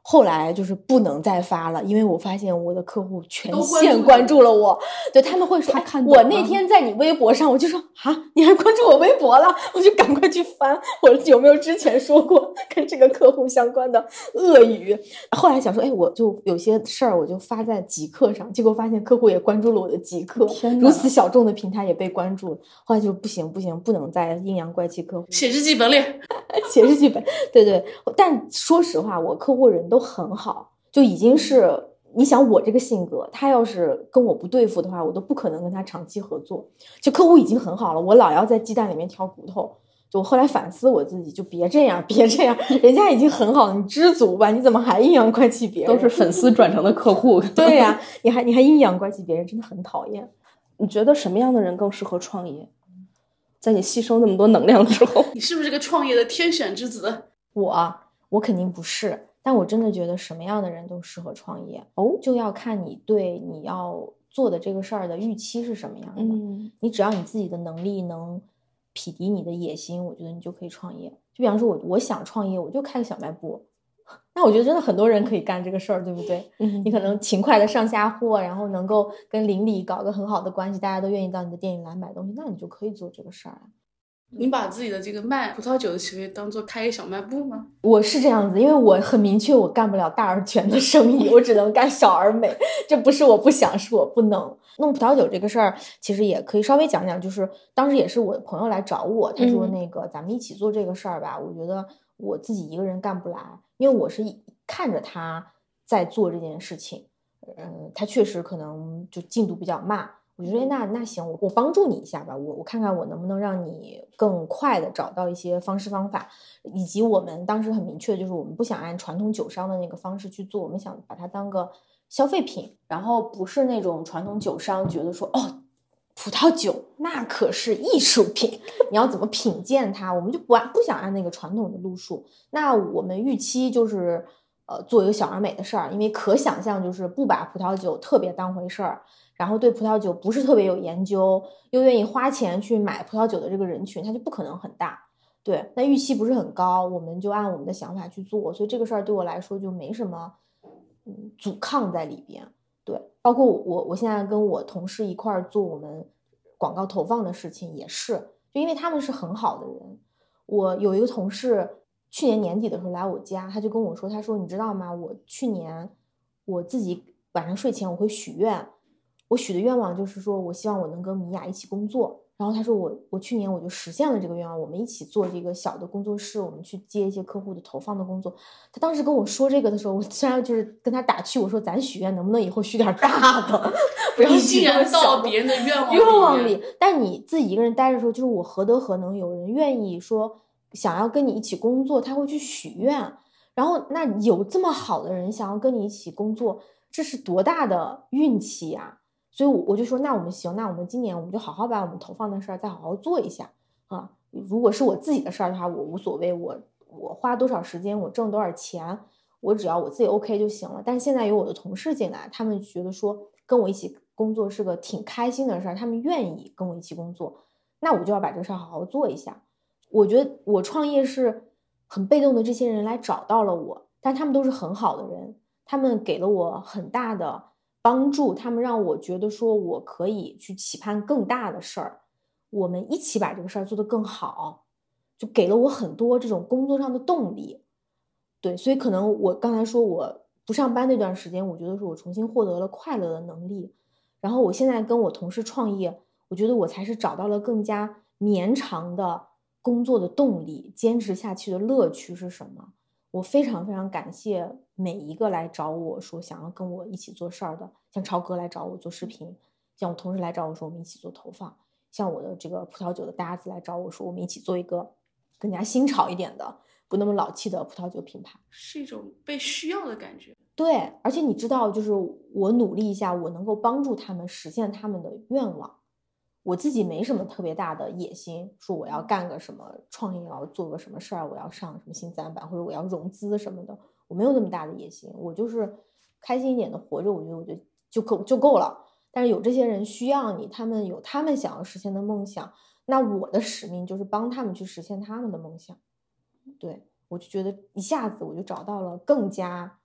后来就是不能再发了，因为我发现我的客户全线关注了我，对，他们会说我那天在你微博上，我就说啊，你还关注我微博了，我就赶快去翻我有没有之前说过跟这个客户相关的恶语。后来想说，哎，我就有些事儿我就发在极客上，结果发现客户也关注了我的极客，如此小众的平台也被关注了。后来就不行，不能再阴阳怪气客户， 写日记本里写日记本，对对。但说实话，我客户人都很好，就已经是你想我这个性格，他要是跟我不对付的话，我都不可能跟他长期合作。就客户已经很好了，我老要在鸡蛋里面挑骨头。就我后来反思我自己，就别这样，人家已经很好了，你知足吧，你怎么还阴阳怪气别人？ 都是粉丝转成的客户。 对呀，你还阴阳怪气别人，真的很讨厌。 你觉得什么样的人更适合创业？在你吸收那么多能量之后， 你是不是个创业的天选之子？ 我肯定不是，但我真的觉得什么样的人都适合创业就要看你对你要做的这个事儿的预期是什么样的。你只要你自己的能力能匹敌你的野心，我觉得你就可以创业。就比方说我想创业，我就开个小卖部，那我觉得真的很多人可以干这个事儿，对不对？你可能勤快的上下货，然后能够跟邻里搞个很好的关系，大家都愿意到你的店里来买东西，那你就可以做这个事儿啊。 你把自己的这个卖葡萄酒的行为当做开一小卖部吗？ 我是这样子，因为我很明确我干不了大而全的生意，我只能干小而美。这不是我不想，是我不能。弄葡萄酒这个事儿其实也可以稍微讲讲，就是当时也是我的朋友来找我，他说那个咱们一起做这个事儿吧，我觉得我自己一个人干不来，因为我是看着他在做这件事情，他确实可能就进度比较慢，我就说那行，我帮助你一下吧，我看看我能不能让你更快的找到一些方式方法，以及我们当时很明确的就是我们不想按传统酒商的那个方式去做，我们想把它当个消费品，然后不是那种传统酒商觉得说葡萄酒那可是艺术品，你要怎么品鉴它，我们就不想按那个传统的路数。那我们预期就是做一个小而美的事儿，因为可想象就是不把葡萄酒特别当回事儿，然后对葡萄酒不是特别有研究，又愿意花钱去买葡萄酒的这个人群，它就不可能很大。对，那预期不是很高，我们就按我们的想法去做，所以这个事儿对我来说就没什么阻抗在里边。对，包括我现在跟我同事一块儿做我们广告投放的事情也是，就因为他们是很好的人。我有一个同事去年年底的时候来我家，他就跟我说，他说你知道吗，我去年我自己晚上睡前我会许愿，我许的愿望就是说我希望我能跟米娅一起工作，然后他说我去年我就实现了这个愿望，我们一起做这个小的工作室，我们去接一些客户的投放的工作。他当时跟我说这个的时候，我虽然就是跟他打趣，我说咱许愿能不能以后许点大的，不要竟然到别人的愿望里，但你自己一个人待着的时候，就是我何德何能有人愿意说想要跟你一起工作，他会去许愿，然后那有这么好的人想要跟你一起工作，这是多大的运气呀！所以我就说那我们行，那我们今年我们就好好把我们投放的事儿再好好做一下啊。如果是我自己的事儿的话，我无所谓，我花多少时间，我挣多少钱，我只要我自己 OK 就行了。但是现在有我的同事进来，他们觉得说跟我一起工作是个挺开心的事儿，他们愿意跟我一起工作，那我就要把这个事儿好好做一下。我觉得我创业是很被动的，这些人来找到了我，但他们都是很好的人，他们给了我很大的帮助，他们让我觉得说我可以去期盼更大的事儿，我们一起把这个事儿做得更好，就给了我很多这种工作上的动力。对，所以可能我刚才说我不上班那段时间，我觉得是我重新获得了快乐的能力，然后我现在跟我同事创业，我觉得我才是找到了更加绵长的工作的动力，坚持下去的乐趣是什么。我非常非常感谢每一个来找我说想要跟我一起做事儿的，像超哥来找我做视频，像我同事来找我说我们一起做投放，像我的这个葡萄酒的搭子来找我说我们一起做一个更加新潮一点的不那么老气的葡萄酒品牌， 是一种被需要的感觉。 对，而且你知道就是我努力一下，我能够帮助他们实现他们的愿望。我自己没什么特别大的野心，说我要干个什么创业，要做个什么事儿，我要上什么新3板，或者我要融资什么的，我没有那么大的野心，我就是开心一点的活着，我觉得就够了。但是有这些人需要你，他们有他们想要实现的梦想，那我的使命就是帮他们去实现他们的梦想。对，我就觉得一下子我就找到了更加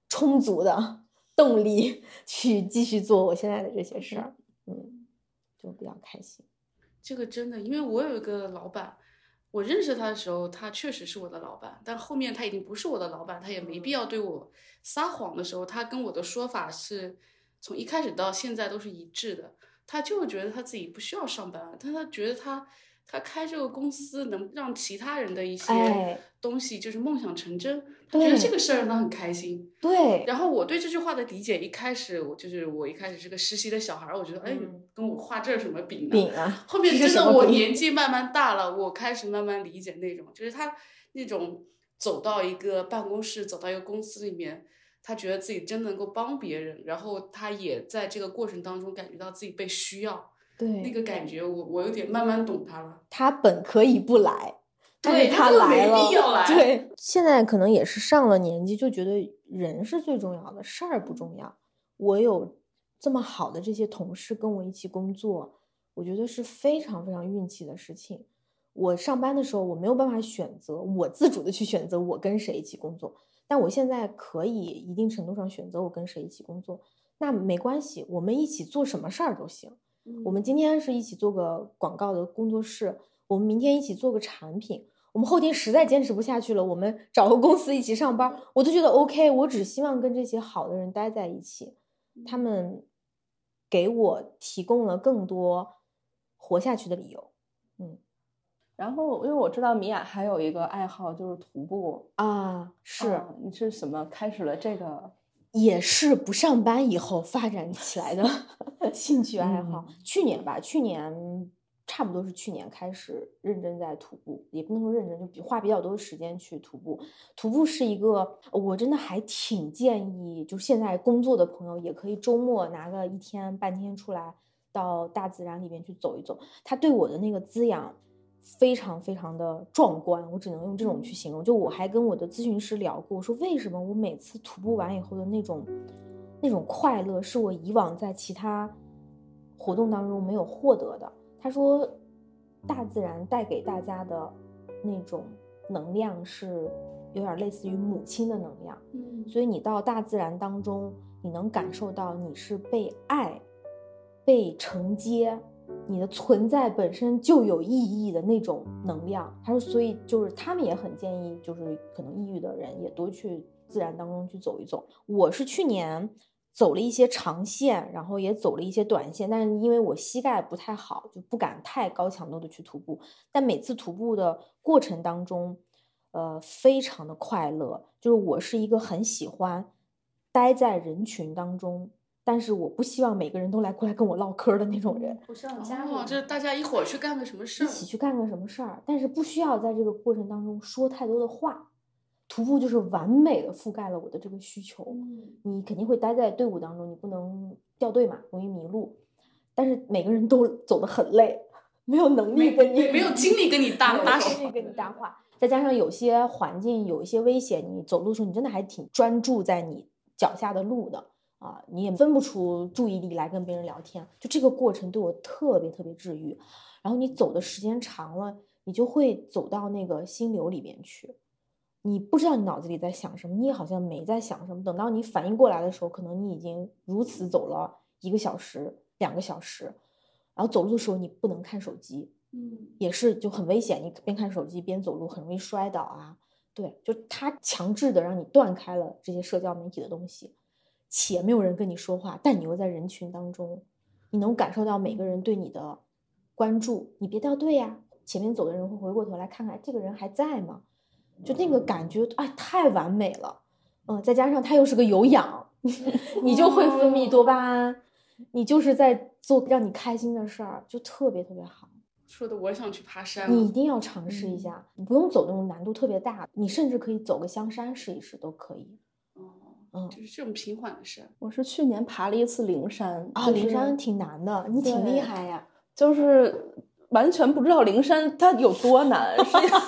充足的动力去继续做我现在的这些事儿，就比较开心。 这个真的，因为我有一个老板，我认识他的时候，他确实是我的老板，但后面他已经不是我的老板，他也没必要对我撒谎的时候，他跟我的说法是从一开始到现在都是一致的。他就觉得他自己不需要上班，但他觉得他开这个公司能让其他人的一些东西就是梦想成真，他觉得这个事儿让他很开心。 对。 然后我对这句话的理解，一开始我一开始是个实习的小孩，我觉得跟我画这儿什么饼啊？ 后面真的我年纪慢慢大了，我开始慢慢理解那种，就是他那种走到一个办公室，走到一个公司里面。他觉得自己真能够帮别人，然后他也在这个过程当中感觉到自己被需要， 对那个感觉我有点慢慢懂他了。 他本可以不来，但是他来了， 没必要来。 对，现在可能也是上了年纪，就觉得人是最重要的，事儿不重要。我有这么好的这些同事跟我一起工作，我觉得是非常非常运气的事情。我上班的时候，我没有办法选择，我自主的去选择我跟谁一起工作。但我现在可以一定程度上选择我跟谁一起工作，那没关系，我们一起做什么事儿都行。我们今天是一起做个广告的工作室，我们明天一起做个产品，我们后天实在坚持不下去了，我们找个公司一起上班，我都觉得 OK。我只希望跟这些好的人待在一起，他们给我提供了更多活下去的理由。 然后因为我知道米娅还有一个爱好就是徒步啊，是你是什么开始了这个？ 也是不上班以后发展起来的兴趣爱好。去年差不多是去年开始认真在徒步，也不能说认真，就花比较多的时间去徒步。徒步是一个我真的还挺建议，就现在工作的朋友也可以周末拿个1天半天出来到大自然里面去走一走，它对我的那个滋养非常非常的壮观，我只能用这种去形容。就我还跟我的咨询师聊过，我说为什么我每次徒步完以后的那种快乐是我以往在其他活动当中没有获得的。他说大自然带给大家的那种能量是有点类似于母亲的能量，所以你到大自然当中，你能感受到你是被爱被承接，你的存在本身就有意义的那种能量。他说所以就是他们也很建议，就是可能抑郁的人也多去自然当中去走一走。我是去年走了一些长线，然后也走了一些短线，但是因为我膝盖不太好，就不敢太高强度的去徒步。但每次徒步的过程当中非常的快乐，就是我是一个很喜欢待在人群当中，但是我不希望每个人都过来跟我唠嗑的那种人， 不希望加入， 就是大家一会儿去干个什么事儿， 一起去干个什么事儿，但是不需要在这个过程当中说太多的话。徒步就是完美的覆盖了我的这个需求。你肯定会待在队伍当中，你不能掉队嘛，容易迷路。但是每个人都走得很累，没有能力跟你， 没有精力跟你搭话。再加上有些环境有一些危险，你走路的时候你真的还挺专注在你脚下的路的啊，你也分不出注意力来跟别人聊天。就这个过程对我特别特别治愈。然后你走的时间长了，你就会走到那个心流里面去。你不知道你脑子里在想什么，你也好像没在想什么。等到你反应过来的时候，可能你已经如此走了1个小时、2个小时。然后走路的时候你不能看手机，也是就很危险。你边看手机边走路很容易摔倒啊。对，就它强制的让你断开了这些社交媒体的东西，且没有人跟你说话，但你又在人群当中，你能感受到每个人对你的关注。你别掉队呀，前面走的人会回过头来看看这个人还在吗？就那个感觉，哎，太完美了。再加上它又是个有氧，你就会分泌多巴胺，你就是在做让你开心的事儿，就特别特别好。 说的我想去爬山了， 你一定要尝试一下。你不用走那种难度特别大，你甚至可以走个香山试一试都可以。 就是这种平缓的山。 我是去年爬了一次灵山啊，灵山挺难的，你挺厉害呀。 就是完全不知道灵山它有多难，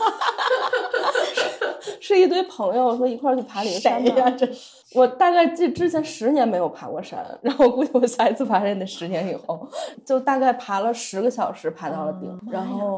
是一堆朋友说一块儿去爬灵山呀， 我大概之前10年没有爬过山，然后估计我下一次爬山得10年以后，就大概爬了10个小时爬到了顶，然后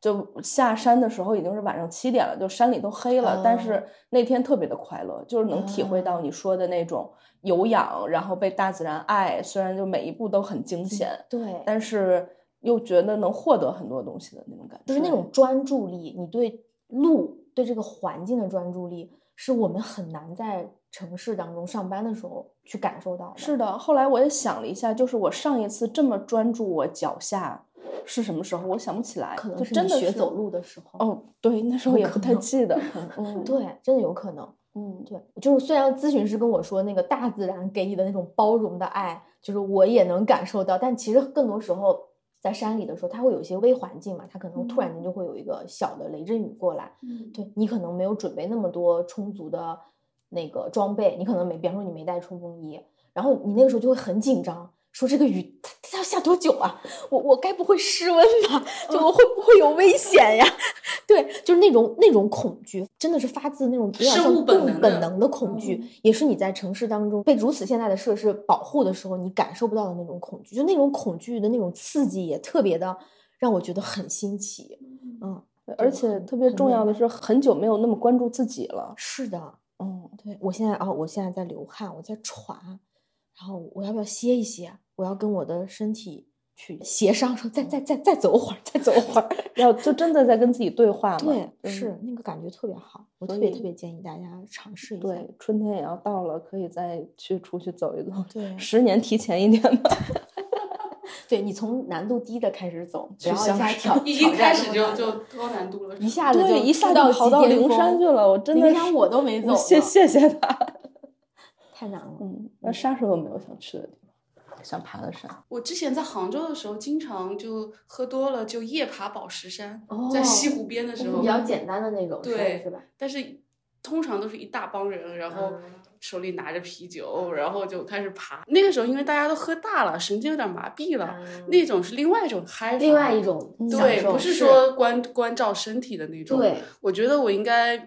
就下山的时候已经是晚上7点了，就山里都黑了，但是那天特别的快乐，就是能体会到你说的那种有氧，然后被大自然爱，虽然就每一步都很惊险， 对， 但是又觉得能获得很多东西的那种感觉， 就是那种专注力，你对路对这个环境的专注力，是我们很难在城市当中上班的时候去感受到的。 是的，后来我也想了一下，就是我上一次这么专注我脚下是什么时候，我想不起来， 可能就是真的学走路的时候。 哦，对，那时候也不太记得。 对，真的有可能。对，就是虽然咨询师跟我说那个大自然给你的那种包容的爱，就是我也能感受到，但其实更多时候在山里的时候，它会有一些微环境嘛，它可能突然间就会有一个小的雷阵雨过来，对，你可能没有准备那么多充足的那个装备，你可能比方说你没带冲锋衣，然后你那个时候就会很紧张，说这个雨它要下多久啊？我该不会失温吧？就我会不会有危险呀？对，就是那种恐惧，真的是发自那种有点像动物本能的恐惧，也是你在城市当中被如此现代的设施保护的时候，你感受不到的那种恐惧，就那种恐惧的那种刺激也特别的让我觉得很新奇。 而且特别重要的是，很久没有那么关注自己了。 是的，对，我现在在流汗，我在喘，然后我要不要歇一歇？我要跟我的身体去协商，说再走会儿，再走会儿， 然后就真的在跟自己对话嘛。 对，是那个感觉特别好，我特别建议大家尝试一下。 对，春天也要到了，可以再出去走一走。 对 ，10年提前一点吧。 对，你从难度低的开始走，然后一开始就高难度了， 一下子就跑到灵山去了。我真的灵山我都没走， 谢谢他， 太难了。 那沙手有没有想去的地方？想爬的山？ 我之前在杭州的时候，经常就喝多了就夜爬宝石山，在西湖边的时候， 比较简单的那种， 对， 是吧？ 但是通常都是一大帮人，然后手里拿着啤酒，然后就开始爬。那个时候因为大家都喝大了，神经有点麻痹了，那种是另外一种嗨法， 另外一种对，不是说关照身体的那种。 对， 我觉得我应该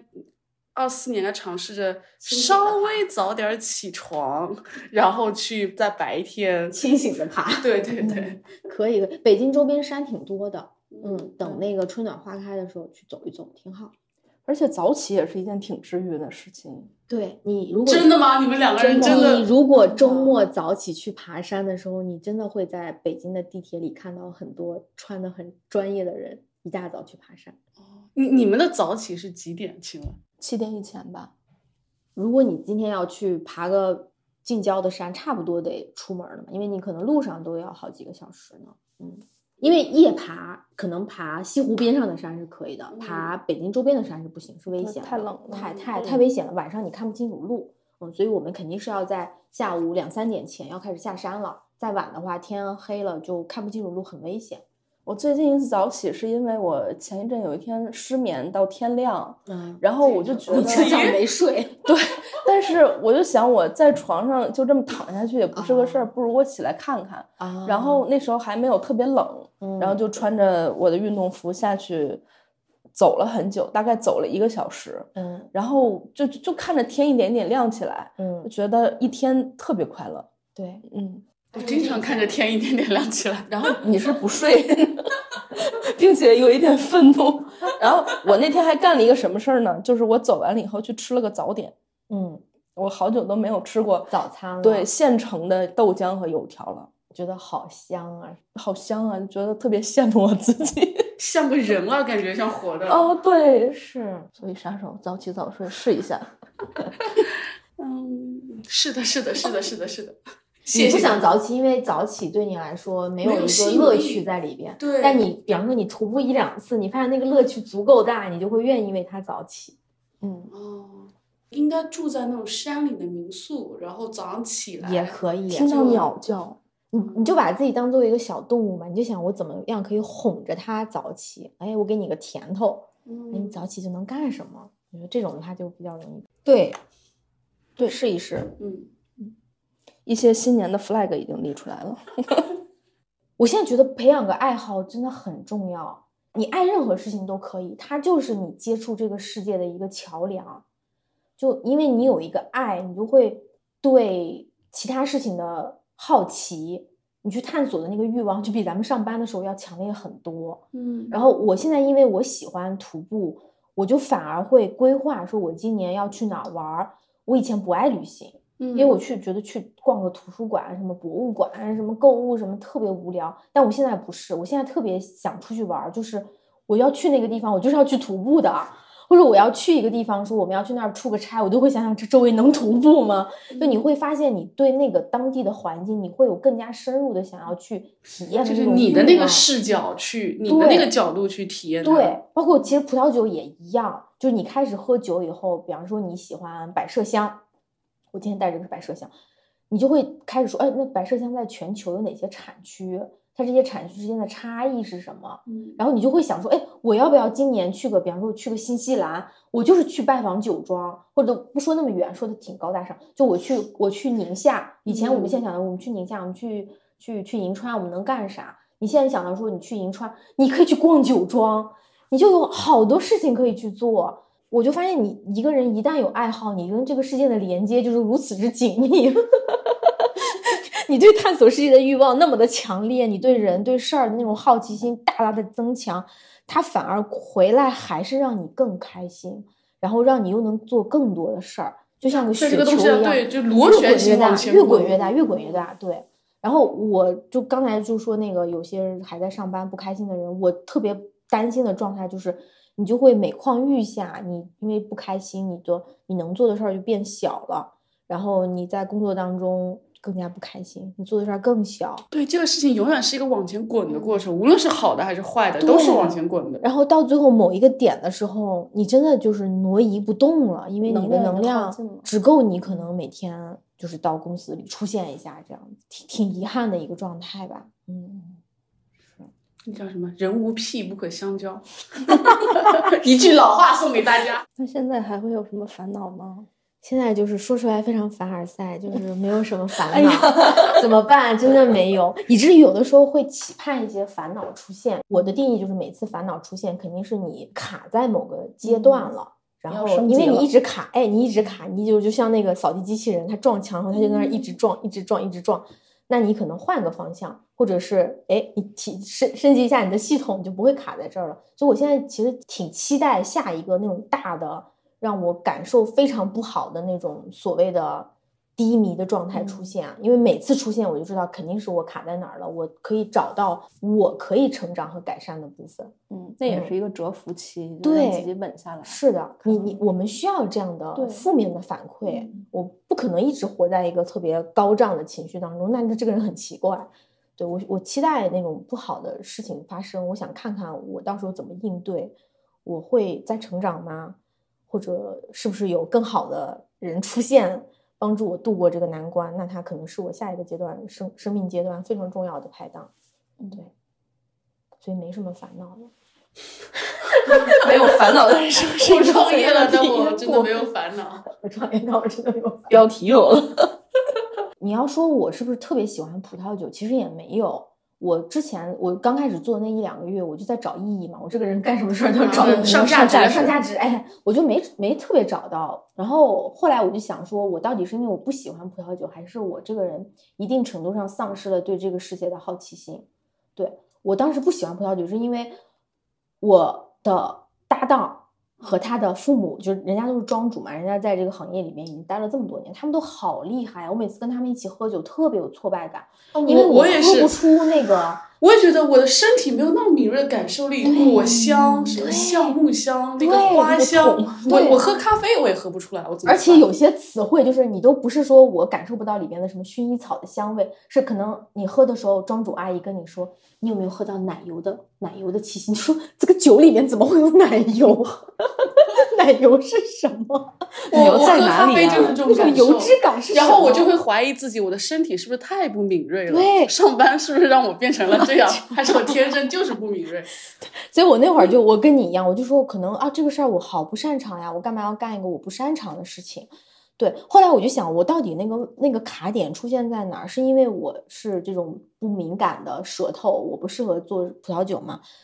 24年尝试着稍微早点起床，然后去在白天清醒的爬。 对对对， 可以。北京周边山挺多的，等那个春暖花开的时候去走一走，挺好。 而且早起也是一件挺治愈的事情。 对，你如果真的吗？你们2个人真的？ 你如果周末早起去爬山的时候，你真的会在北京的地铁里看到很多穿得很专业的人一大早去爬山。 你们的早起是几点起来 ？7点以前吧。 如果你今天要去爬个近郊的山，差不多得出门了嘛，因为你可能路上都要好几个小时呢。因为夜爬可能爬西湖边上的山是可以的，爬北京周边的山是不行，是危险的， 太冷了， 太危险了，晚上你看不清楚路。所以我们肯定是要在下午2、3点前要开始下山了，再晚的话天黑了就看不清楚路，很危险。 我最近一次早起是因为我前一阵有一天失眠到天亮，然后我就觉得没睡， 对，但是我就想我在床上就这么躺下去也不是个事儿，不如我起来看看。然后那时候还没有特别冷，然后就穿着我的运动服下去走了很久，大概走了1个小时，然后就看着天一点点亮起来，就觉得一天特别快乐。 对， 我经常看着天一点点亮起来， 然后你是不睡，并且有一点愤怒。然后我那天还干了一个什么事儿呢？就是我走完了以后去吃了个早点。我好久都没有吃过早餐了， 对，现成的豆浆和油条了， 觉得好香啊， 好香啊，觉得特别羡慕我自己， 像个人了，感觉像活的。 哦，对，是，所以杀手早起早睡试一下。 是的。 你不想早起，因为早起对你来说没有一个乐趣在里边。 对， 但你比方说你徒步1、2次，你发现那个乐趣足够大，你就会愿意为它早起。 应该住在那种山里的民宿，然后早上起来也可以听到鸟叫， 你就把自己当做一个小动物嘛，你就想我怎么样可以哄着它早起。我给你个甜头，你早起就能干什么？我觉得这种的话就比较容易。对，试一试。 一些新年的 flag 已经立出来了。 我现在觉得培养个爱好真的很重要，你爱任何事情都可以，它就是你接触这个世界的一个桥梁。就因为你有一个爱，你就会对其他事情的好奇， 你去探索的那个欲望就比咱们上班的时候要强烈很多。然后我现在因为我喜欢徒步，我就反而会规划说我今年要去哪儿玩。我以前不爱旅行，因为我觉得去逛个图书馆、什么博物馆、什么购物什么特别无聊。但我现在不是，我现在特别想出去玩，就是我要去那个地方，我就是要去徒步的。或者我要去一个地方，说我们要去那儿出个差，我都会想想这周围能徒步吗？就你会发现，你对那个当地的环境，你会有更加深入的想要去体验的， 就是你的那个视角去，你的那个角度去体验它。 对，包括其实葡萄酒也一样，就是你开始喝酒以后，比方说你喜欢百麝香，我今天带这个是百麝香，你就会开始说，哎，那百麝香在全球有哪些产区？它这些产区之间的差异是什么？然后你就会想说，哎，我要不要今年去个，比方说去个新西兰，我就是去拜访酒庄，或者不说那么远，说的挺高大上，就我去宁夏。以前我们现在想的，我们去宁夏，我们去银川，我们能干啥？你现在想到说你去银川，你可以去逛酒庄，你就有好多事情可以去做。我就发现你一个人一旦有爱好，你跟这个世界的连接就是如此之紧密。你对探索世界的欲望那么的强烈，你对人对事儿的那种好奇心大大的增强，它反而回来还是让你更开心，然后让你又能做更多的事儿，就像个雪球一样， 对，就螺旋形往前越滚越大，越滚越大。对。然后我就刚才就说那个有些人还在上班不开心的人，我特别担心的状态就是你就会每况愈下，你因为不开心，你能做的事儿就变小了，然后你在工作当中更加不开心，你做的事儿更小。 对，这个事情永远是一个往前滚的过程，无论是好的还是坏的，都是往前滚的。 然后到最后某一个点的时候，你真的就是挪移不动了，因为你的能量只够你可能每天就是到公司里出现一下，这样挺遗憾的一个状态吧。 那叫什么？人无癖不可相交。一句老话送给大家。 那现在还会有什么烦恼吗？ 现在就是说出来非常凡尔赛，就是没有什么烦恼。怎么办？真的没有，以至于有的时候会期盼一些烦恼出现。我的定义就是每次烦恼出现肯定是你卡在某个阶段了，然后因为你一直卡，你就像那个扫地机器人，它撞墙后它就在那一直撞一直撞一直撞，那你可能换个方向，或者是你升级一下你的系统，就不会卡在这儿了。所以我现在其实挺期待下一个那种大的让我感受非常不好的那种所谓的低迷的状态出现因为每次出现我就知道肯定是我卡在哪儿了，我可以找到我可以成长和改善的部分。 那也是一个蛰伏期， 对， 让自己稳下来。 是的，我们需要这样的负面的反馈，我不可能一直活在一个特别高涨的情绪当中，那这个人很奇怪。对，我期待那种不好的事情发生，我想看看我到时候怎么应对，我会再成长吗？或者是不是有更好的人出现帮助我度过这个难关，那他可能是我下一个阶段生命阶段非常重要的拍档。对，所以没什么烦恼了。 没有烦恼的人是不是？ 我创业了，但我真的没有烦恼。 我创业，但我真的没有烦恼。 标题有了。 你要说我是不是特别喜欢葡萄酒，其实也没有。我刚开始做那1-2个月，我就在找意义嘛。我这个人干什么事儿都要找上价值， 我就没特别找到。然后后来我就想说，我到底是因为我不喜欢葡萄酒，还是我这个人一定程度上丧失了对这个世界的好奇心？对，我当时不喜欢葡萄酒，是因为我的搭档和他的父母，就是人家都是庄主嘛，人家在这个行业里面已经待了这么多年，他们都好厉害。我每次跟他们一起喝酒，特别有挫败感，因为我也是喝不出那个。 我也觉得我的身体没有那么敏锐的感受力，果香、什么橡木香、那个花香，我喝咖啡我也喝不出来， 而且有些词汇就是你都不是说我感受不到里边的什么薰衣草的香味，是可能你喝的时候，庄主阿姨跟你说，你有没有喝到奶油的气息？你说这个酒里面怎么会有奶油？奶油是什么？ 我喝咖啡就是这种感受， 油脂感是什么？ 然后我就会怀疑自己，我的身体是不是太不敏锐了？ 对， 上班是不是让我变成了这样？还是我天生就是不敏锐？ 所以我那会儿我跟你一样，我就说可能这个事儿我好不擅长呀，我干嘛要干一个我不擅长的事情？对，后来我就想，我到底那个卡点出现在哪儿？是因为我是这种不敏感的舌头，我不适合做葡萄酒吗？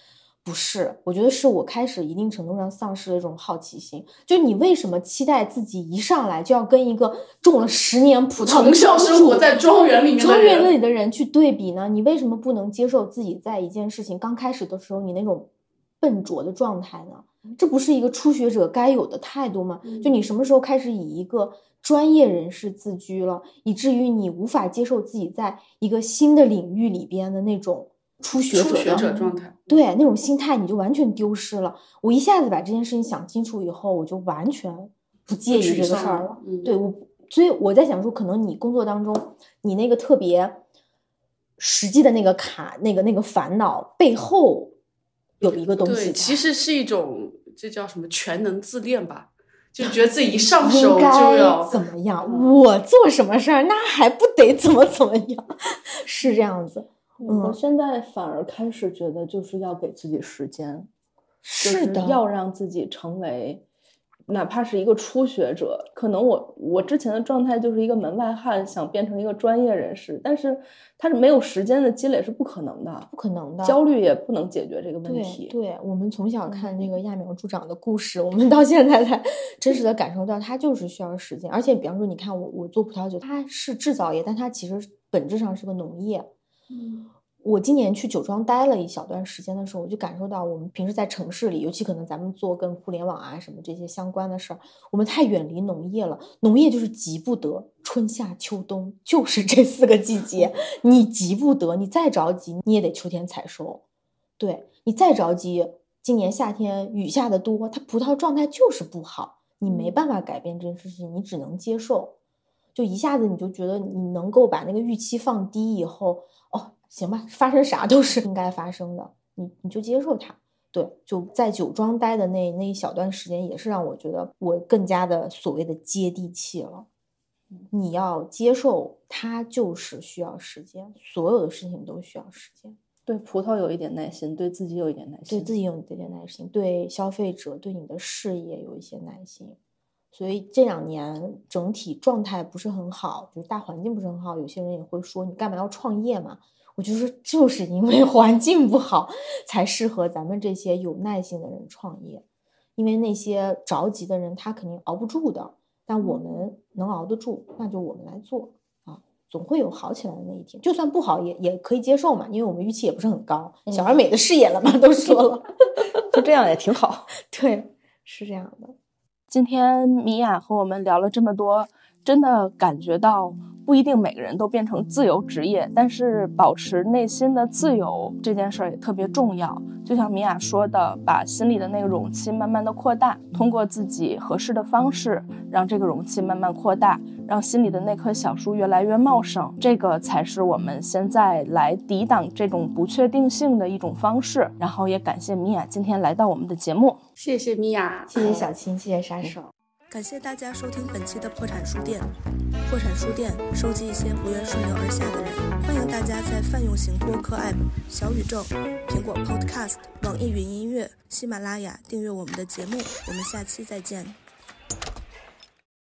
不是，我觉得是我开始一定程度上丧失了这种好奇心。就你为什么期待自己一上来就要跟一个种了10年葡萄的从小生活在庄园里面的人， 庄园里的人去对比呢？你为什么不能接受自己在一件事情刚开始的时候你那种笨拙的状态呢？这不是一个初学者该有的态度吗？就你什么时候开始以一个专业人士自居了，以至于你无法接受自己在一个新的领域里边的那种初学者状态， 对，那种心态你就完全丢失了。我一下子把这件事情想清楚以后，我就完全不介意这个事儿了。对，所以我在想说，可能你工作当中你那个特别实际的那个那个烦恼背后有一个东西， 对，其实是一种这叫什么全能自恋吧，就觉得自己一上手就要怎么样，我做什么事儿那还不得怎么样，是这样子。 我现在反而开始觉得就是要给自己时间， 是的， 就是要让自己成为哪怕是一个初学者。可能我之前的状态就是一个门外汉，想变成一个专业人士，但是他是没有时间的积累是不可能的，焦虑也不能解决这个问题。 对，我们从小看那个揠苗助长的故事，我们到现在才真实的感受到它就是需要时间。而且比方说你看我做葡萄酒，它是制造业，但它其实本质上是个农业。我今年去酒庄待了一小段时间的时候，我就感受到我们平时在城市里，尤其可能咱们做跟互联网啊什么这些相关的事儿，我们太远离农业了。农业就是急不得，春夏秋冬就是这4个季节，你急不得，你再着急你也得秋天采收。对，你再着急，今年夏天雨下的多，它葡萄状态就是不好，你没办法改变这件事情，你只能接受。就一下子你就觉得你能够把那个预期放低以后，行吧，发生啥都是应该发生的，你就接受它。对，就在酒庄待的那一小段时间，也是让我觉得我更加的所谓的接地气了。你要接受它就是需要时间，所有的事情都需要时间。 对葡萄有一点耐心，对自己有一点耐心， 对自己有一点耐心，对消费者对你的事业有一些耐心。所以这2年整体状态不是很好，就是大环境不是很好，有些人也会说你干嘛要创业嘛？我就说就是因为环境不好才适合咱们这些有耐心的人创业，因为那些着急的人他肯定熬不住的，但我们能熬得住，那就我们来做啊，总会有好起来的那一天，就算不好也可以接受嘛，因为我们预期也不是很高，小而美的事业了嘛，都说了就这样也挺好。 对，是这样的。 今天米娅和我们聊了这么多，真的感觉到不一定每个人都变成自由职业，但是保持内心的自由这件事儿也特别重要。就像米娅说的，把心里的那个容器慢慢的扩大，通过自己合适的方式让这个容器慢慢扩大，让心里的那棵小树越来越茂盛，这个才是我们现在来抵挡这种不确定性的一种方式。然后也感谢米娅今天来到我们的节目。 谢谢米娅， 谢谢小青，谢谢杀手。 感谢大家收听本期的破产书店。破产书店收集一些不愿顺流而下的人，欢迎大家在泛用型播客 App 小宇宙、苹果 Podcast、网易云音乐、喜马拉雅订阅我们的节目。我们下期再见。